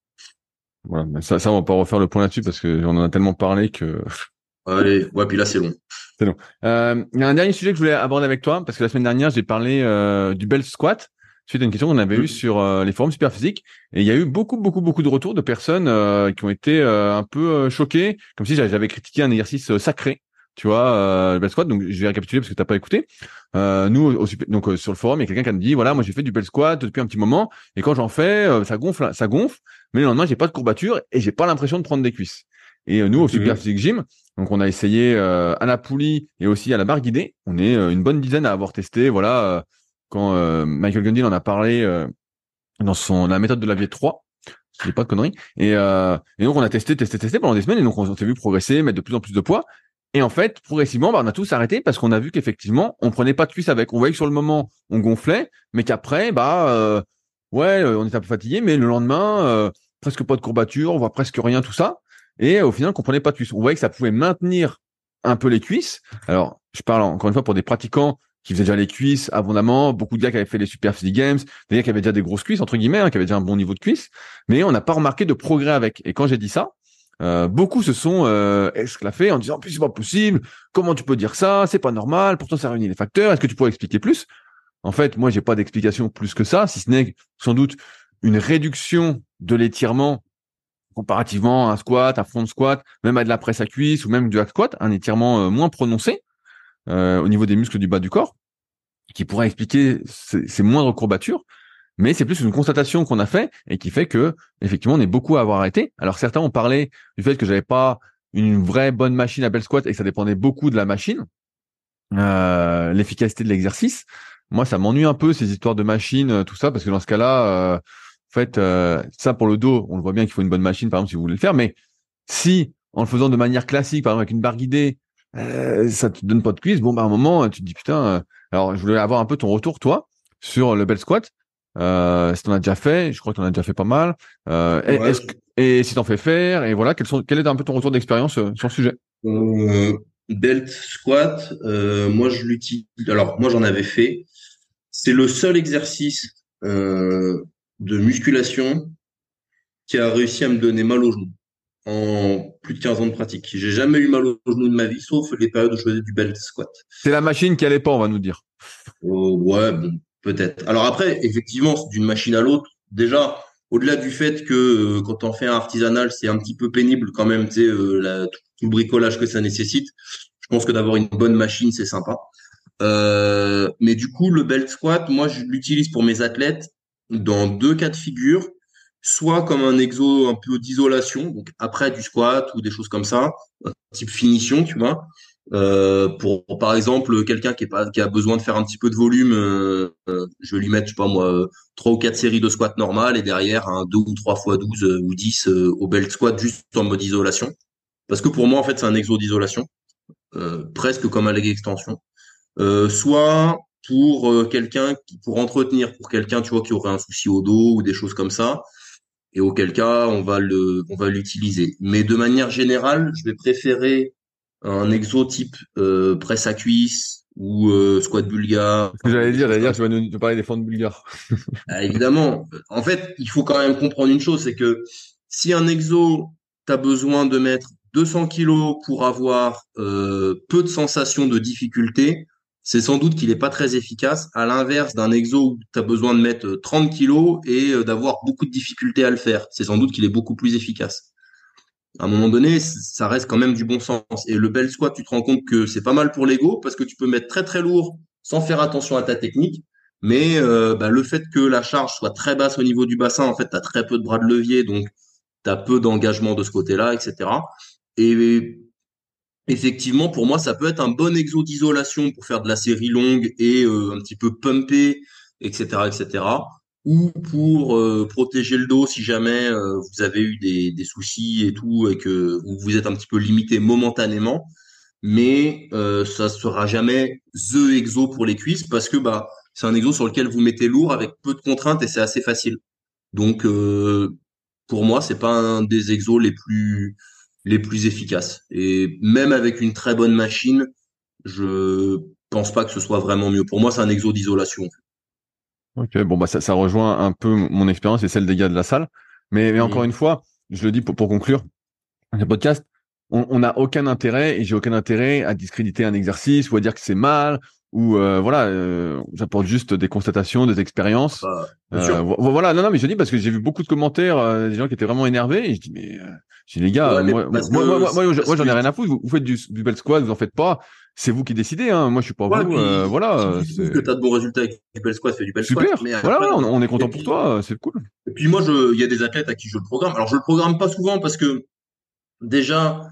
voilà. Mais ça, ça, on va pas refaire le point là-dessus parce que j'en en a tellement parlé que Allez, ouais, puis là c'est long. c'est long. Euh, il y a un dernier sujet que je voulais aborder avec toi parce que la semaine dernière, j'ai parlé euh, du bel squat suite à une question qu'on avait eue Hum, sur euh, les forums Superphysique et il y a eu beaucoup, beaucoup, beaucoup de retours de personnes euh, qui ont été euh, un peu euh, choquées, comme si j'avais critiqué un exercice euh, sacré. Tu vois, euh, le bel squat. Donc, je vais récapituler parce que t'as pas écouté. Euh, nous, au, au super- donc euh, sur le forum, il y a quelqu'un qui me dit, voilà, moi j'ai fait du bel squat depuis un petit moment et quand j'en fais, euh, ça gonfle, ça gonfle, mais le lendemain j'ai pas de courbature et j'ai pas l'impression de prendre des cuisses. Et euh, nous, au hum, Superphysique Gym, donc on a essayé euh, à la poulie et aussi à la barre guidée. On est euh, une bonne dizaine à avoir testé. Voilà, euh, quand euh, Michael Gundil en a parlé euh, dans son la méthode de Lavier trois. Je dis pas de conneries. Et, euh, et donc on a testé, testé, testé pendant des semaines et donc on s'est vu progresser, mettre de plus en plus de poids. Et en fait, progressivement, bah, on a tous arrêté parce qu'on a vu qu'effectivement, on prenait pas de cuisse avec. On voyait que sur le moment, on gonflait, mais qu'après, bah euh, ouais, euh, on était un peu fatigué, mais le lendemain, euh, presque pas de courbature, on voit presque rien, tout ça. Et au final, on comprenait pas de cuisse. On voyait que ça pouvait maintenir un peu les cuisses. Alors, je parle encore une fois pour des pratiquants qui faisaient déjà les cuisses abondamment, beaucoup de gars qui avaient fait les Super Physique Games, des gars qui avaient déjà des grosses cuisses, entre guillemets, hein, qui avaient déjà un bon niveau de cuisse, mais on n'a pas remarqué de progrès avec. Et quand j'ai dit ça, euh, beaucoup se sont euh, esclaffés en disant, en plus c'est pas possible, comment tu peux dire ça, c'est pas normal, pourtant ça réunit les facteurs, est-ce que tu pourrais expliquer plus? En fait, moi j'ai pas d'explication plus que ça, si ce n'est sans doute une réduction de l'étirement comparativement à un squat, un front squat, même à de la presse à cuisse ou même du hack squat, un étirement euh, moins prononcé. euh, au niveau des muscles du bas du corps, qui pourrait expliquer ces, ces moindres courbatures. Mais c'est plus une constatation qu'on a fait et qui fait que, effectivement, on est beaucoup à avoir arrêté. Alors certains ont parlé du fait que j'avais pas une vraie bonne machine à bel squat et que ça dépendait beaucoup de la machine, euh, l'efficacité de l'exercice. Moi, ça m'ennuie un peu ces histoires de machines, euh, tout ça, parce que dans ce cas-là, euh, en fait, euh, ça pour le dos, on le voit bien qu'il faut une bonne machine, par exemple, si vous voulez le faire. Mais si, en le faisant de manière classique, par exemple avec une barre guidée, euh, ça te donne pas de cuisse, bon, bah à un moment, tu te dis putain. euh, Alors, je voulais avoir un peu ton retour, toi, sur le bel squat. Euh, si t'en as déjà fait, je crois que t'en as déjà fait pas mal. Euh, et- Ouais. est-ce que, et si t'en fais faire, et voilà, quels sont, quel est un peu ton retour d'expérience euh, sur le sujet? Euh, belt squat, euh, moi je l'utilise. Alors moi j'en avais fait. C'est le seul exercice euh, de musculation qui a réussi à me donner mal au genou en plus de quinze ans de pratique. J'ai jamais eu mal au genou de ma vie, sauf les périodes où je faisais du belt squat. C'est la machine qui allait pas, on va nous dire. Oh, ouais, bon, peut-être. Alors après, effectivement, c'est d'une machine à l'autre. Déjà, au-delà du fait que euh, quand on fait un artisanal, c'est un petit peu pénible quand même, tu sais, euh, la- tout, tout le bricolage que ça nécessite. Je pense que d'avoir une bonne machine, c'est sympa. Euh, mais du coup, le belt squat, moi, je l'utilise pour mes athlètes dans deux cas de figure, soit comme un exo un peu d'isolation, donc après du squat ou des choses comme ça, un type finition, tu vois. Euh, pour, pour, par exemple quelqu'un qui est pas qui a besoin de faire un petit peu de volume, euh, euh, je vais lui mettre, je sais pas moi, euh, trois ou quatre séries de squat normales et derrière un deux ou trois fois douze euh, ou dix euh, au belt squat juste en mode isolation. Parce que pour moi, en fait, c'est un exo d'isolation, euh, presque comme un leg extension. Euh, soit pour euh, quelqu'un qui, pour entretenir, pour quelqu'un, tu vois, qui aurait un souci au dos ou des choses comme ça, et auquel cas, on va le, on va l'utiliser. Mais de manière générale, je vais préférer un exo type euh, presse à cuisse ou euh, squat bulgare Ce que ou j'allais des dire, choses j'allais dire, comme tu ça. vas nous, nous parler des fentes bulgares. Ah, évidemment, en fait, il faut quand même comprendre une chose, c'est que si un exo, tu as besoin de mettre deux cents kilos pour avoir euh, peu de sensations de difficulté, c'est sans doute qu'il n'est pas très efficace, à l'inverse d'un exo où tu as besoin de mettre trente kilos et euh, d'avoir beaucoup de difficultés à le faire. C'est sans doute qu'il est beaucoup plus efficace. À un moment donné, c- ça reste quand même du bon sens. Et le bel squat, tu te rends compte que c'est pas mal pour l'ego parce que tu peux mettre très très lourd sans faire attention à ta technique. Mais euh, bah, le fait que la charge soit très basse au niveau du bassin, en fait, tu as très peu de bras de levier, donc tu as peu d'engagement de ce côté-là, et cetera. Et effectivement, pour moi, ça peut être un bon exo d'isolation pour faire de la série longue et euh, un petit peu pumper, et cetera, et cetera. Ou pour euh, protéger le dos si jamais euh, vous avez eu des, des soucis et tout et que ou vous êtes un petit peu limité momentanément. Mais euh, ça sera jamais the exo pour les cuisses parce que bah c'est un exo sur lequel vous mettez lourd avec peu de contraintes et c'est assez facile. Donc euh, pour moi, c'est pas un des exos les plus les plus efficaces. Et même avec une très bonne machine, je pense pas que ce soit vraiment mieux. Pour moi, c'est un exo d'isolation. Ok, bon bah ça, ça rejoint un peu mon expérience et celle des gars de la salle. Mais, mais encore une Mhm. fois, je le dis pour, pour conclure le podcast, on on n'a aucun intérêt et j'ai aucun intérêt à discréditer un exercice ou à dire que c'est mal ou euh, voilà, euh, j'apporte juste des constatations, des expériences. Bah, bien Euh, sûr. vo- voilà, non non mais je dis parce que j'ai vu beaucoup de commentaires, euh, des gens qui étaient vraiment énervés et je dis mais euh, je dis les gars, Ouais, euh, mais moi parce moi moi que moi moi, parce moi, que j'en ai rien à foutre. Vous, vous faites du, du bel squat, vous en faites pas, c'est vous qui décidez. Hein. Moi je suis pas ouais, vous. Euh, puis voilà, si euh, tu trouves que c'est tu as de bons résultats avec du bel squat, fais du bel squat. super. Mais Voilà, après, voilà, on, on est et content pour puis toi, euh, c'est cool. et puis moi, je il y a des athlètes à qui je le programme. Alors je le programme pas souvent parce que déjà,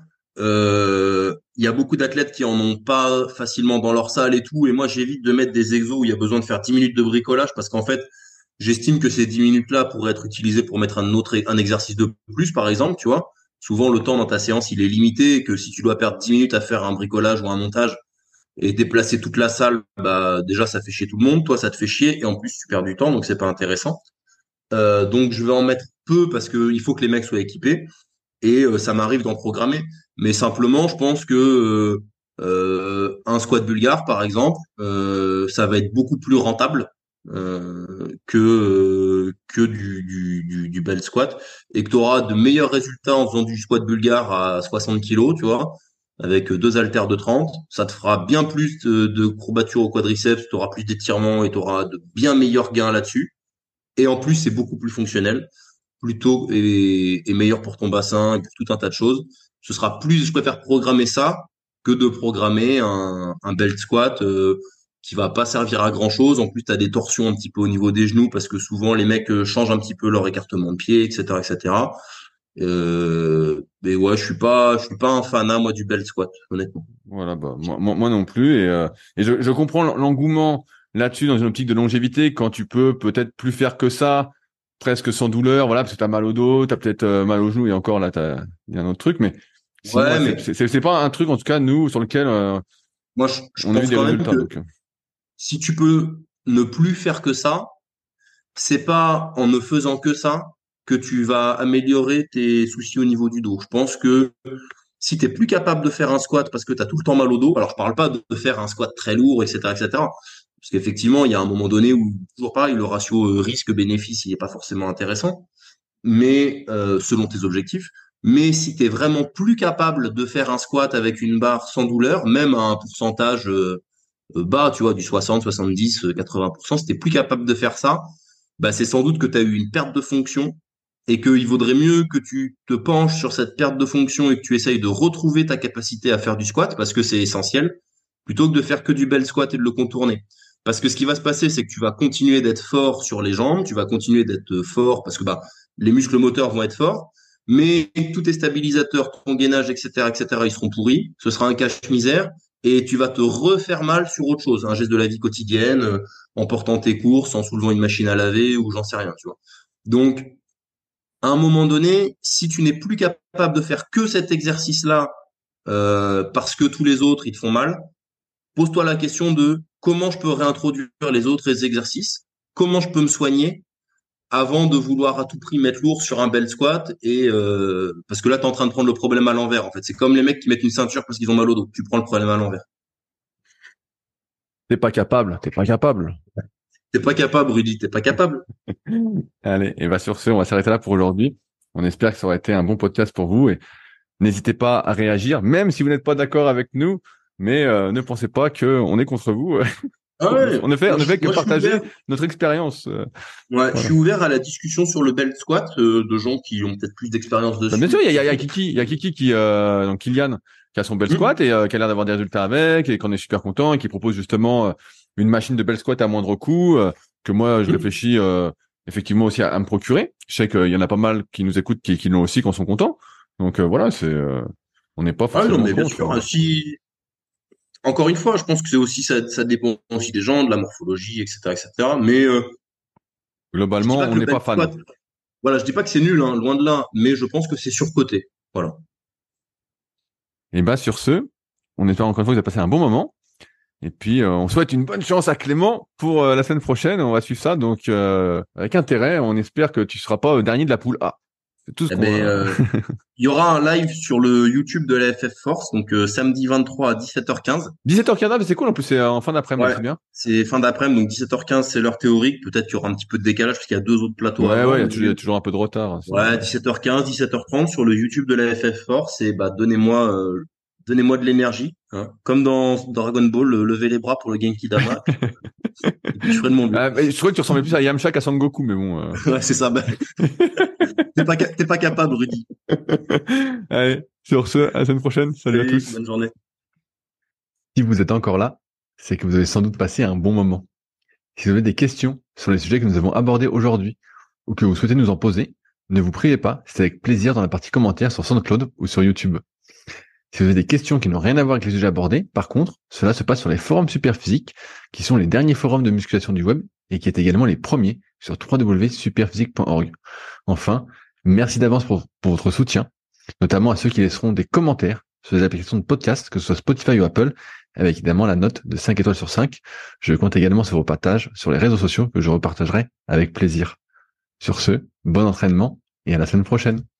euh, il y a beaucoup d'athlètes qui en ont pas facilement dans leur salle et tout. Et moi, j'évite de mettre des exos où il y a besoin de faire dix minutes de bricolage parce qu'en fait, j'estime que ces dix minutes-là pourraient être utilisées pour mettre un autre, un exercice de plus, par exemple, tu vois. Souvent, le temps dans ta séance, il est limité et que si tu dois perdre dix minutes à faire un bricolage ou un montage et déplacer toute la salle, bah, déjà, ça fait chier tout le monde. Toi, ça te fait chier et en plus, tu perds du temps, donc c'est pas intéressant. Euh, donc, je vais en mettre peu parce que il faut que les mecs soient équipés et euh, ça m'arrive d'en programmer. Mais simplement, je pense que euh, euh, un squat bulgare, par exemple, euh, ça va être beaucoup plus rentable euh, que euh, que du, du, du, du bel squat et que tu auras de meilleurs résultats en faisant du squat bulgare à soixante kilos, tu vois, avec deux haltères de trente. Ça te fera bien plus de, de courbatures au quadriceps, tu auras plus d'étirements et tu auras de bien meilleurs gains là-dessus. Et en plus, c'est beaucoup plus fonctionnel plutôt et, et meilleur pour ton bassin et pour tout un tas de choses. Ce sera plus, je préfère programmer ça que de programmer un, un belt squat euh, qui va pas servir à grand chose. En plus, tu as des torsions un petit peu au niveau des genoux parce que souvent les mecs euh, changent un petit peu leur écartement de pied, et cetera, et cetera. Euh, mais ouais, je suis pas, je suis pas un fanat moi du belt squat, honnêtement. Voilà, bah moi, moi, moi non plus. Et, euh, et je, je comprends l'engouement là-dessus dans une optique de longévité quand tu peux peut-être plus faire que ça, presque sans douleur, voilà, parce que t'as mal au dos, t'as peut-être euh, mal au genou et encore là, t'as, il y a un autre truc. Mais sinon, Ouais, ouais, c'est, mais c'est, c'est c'est pas un truc en tout cas nous sur lequel euh, moi je, je on a eu pense des quand même résultats. que Donc, euh. si tu peux ne plus faire que ça, c'est pas en ne faisant que ça que tu vas améliorer tes soucis au niveau du dos. Je pense que si tu es plus capable de faire un squat parce que tu as tout le temps mal au dos, alors je parle pas de faire un squat très lourd, et cetera, et cetera. Parce qu'effectivement, il y a un moment donné où, toujours pareil, le ratio euh, risque-bénéfice, il est pas forcément intéressant, mais euh, selon tes objectifs. Mais si tu es vraiment plus capable de faire un squat avec une barre sans douleur, même à un pourcentage euh, bas, tu vois, du soixante, soixante-dix, quatre-vingts pour cent, si tu es plus capable de faire ça, bah, c'est sans doute que tu as eu une perte de fonction et qu'il vaudrait mieux que tu te penches sur cette perte de fonction et que tu essayes de retrouver ta capacité à faire du squat parce que c'est essentiel, plutôt que de faire que du bel squat et de le contourner. Parce que ce qui va se passer, c'est que tu vas continuer d'être fort sur les jambes, tu vas continuer d'être fort parce que bah, les muscles moteurs vont être forts, mais tous tes stabilisateurs, ton gainage, et cetera, et cetera, ils seront pourris. Ce sera un cache-misère et tu vas te refaire mal sur autre chose, un geste de la vie quotidienne, euh, en portant tes courses, en soulevant une machine à laver ou j'en sais rien, tu vois. Donc, à un moment donné, si tu n'es plus capable de faire que cet exercice-là euh, parce que tous les autres ils te font mal, pose-toi la question de comment je peux réintroduire les autres exercices, comment je peux me soigner avant de vouloir à tout prix mettre lourd sur un bel squat et euh, parce que là tu es en train de prendre le problème à l'envers en fait. C'est comme les mecs qui mettent une ceinture parce qu'ils ont mal au dos. Tu prends le problème à l'envers. T'es pas capable, t'es pas capable. T'es pas capable, Rudy, t'es pas capable. Allez, et bah sur ce, on va s'arrêter là pour aujourd'hui. On espère que ça aura été un bon podcast pour vous et n'hésitez pas à réagir, même si vous n'êtes pas d'accord avec nous, mais euh, ne pensez pas que on est contre vous. Ah ouais, On ne fait, on moi ne je, fait que moi, je suis partager ouvert. notre expérience. euh, Ouais, je suis voilà. ouvert à la discussion sur le belt squat euh, de gens qui ont peut-être plus d'expérience Bah, bien dessus. sûr, il y a, il y a- il y a Qui... Kiki, il y a Kiki qui, euh, donc Kylian, qui a son bel squat Hum, et euh, qui a l'air d'avoir des résultats avec et qu'on est super content et qui propose justement euh, une machine de bel squat à moindre coût euh, que moi je hum. réfléchis euh, effectivement aussi à, à me procurer. Je sais qu'il y en a pas mal qui nous écoutent qui, qui l'ont aussi, qui en sont contents. Donc euh, voilà, c'est, euh, on n'est pas Ah non, forcément mais bien contre. sûr, euh. hein, si encore une fois, je pense que c'est aussi ça, ça dépend aussi des gens, de la morphologie, et cetera, et cetera. Mais euh, je dis Globalement, pas on que le n'est belt pas fan. squat, voilà, je dis pas que c'est nul, hein, loin de là, mais je pense que c'est surcoté. Voilà. Et bah sur ce, on espère encore une fois que vous avez passé un bon moment. Et puis, euh, on souhaite une bonne chance à Clément pour euh, la semaine prochaine. On va suivre ça donc euh, avec intérêt. On espère que tu seras pas au dernier de la poule A. C'est tout ce Eh qu'on ben, va. euh, il y aura un live sur le YouTube de la F F Force, donc euh, samedi vingt-trois à dix-sept heures quinze. dix-sept heures quinze, mais c'est cool. En plus, c'est euh, en fin d'après-midi, donc Ouais, c'est bien. c'est fin d'après-midi, donc dix-sept heures quinze, c'est l'heure théorique. Peut-être qu'il y aura un petit peu de décalage parce qu'il y a deux autres plateaux Ouais, avant. ouais. Il y a Mais toujours, il y a euh, toujours un peu de retard. C'est ouais, dix-sept heures quinze, dix-sept heures trente sur le YouTube de la F F Force. Et bah, donnez-moi, euh, donnez-moi de l'énergie, hein. Comme dans Dragon Ball, euh, levez les bras pour le Genki Dama. Et puis, et puis je ferai de mon mieux. Ah, mais je trouvais que tu ressemblais plus à Yamcha qu'à Son Goku, mais bon. euh. Ouais, c'est ça. Bah, t'es pas, ca- t'es pas capable, Rudy. Allez, sur ce, à la semaine prochaine. Salut à Salut, tous. bonne journée. Si vous êtes encore là, c'est que vous avez sans doute passé un bon moment. Si vous avez des questions sur les sujets que nous avons abordés aujourd'hui ou que vous souhaitez nous en poser, ne vous privez pas, c'est avec plaisir dans la partie commentaires sur SoundCloud ou sur YouTube. Si vous avez des questions qui n'ont rien à voir avec les sujets abordés, par contre, cela se passe sur les forums Superphysique, qui sont les derniers forums de musculation du web et qui est également les premiers sur w w w point superphysique point org. Enfin, merci d'avance pour, pour votre soutien, notamment à ceux qui laisseront des commentaires sur les applications de podcast, que ce soit Spotify ou Apple, avec évidemment la note de cinq étoiles sur cinq. Je compte également sur vos partages sur les réseaux sociaux que je repartagerai avec plaisir. Sur ce, bon entraînement et à la semaine prochaine.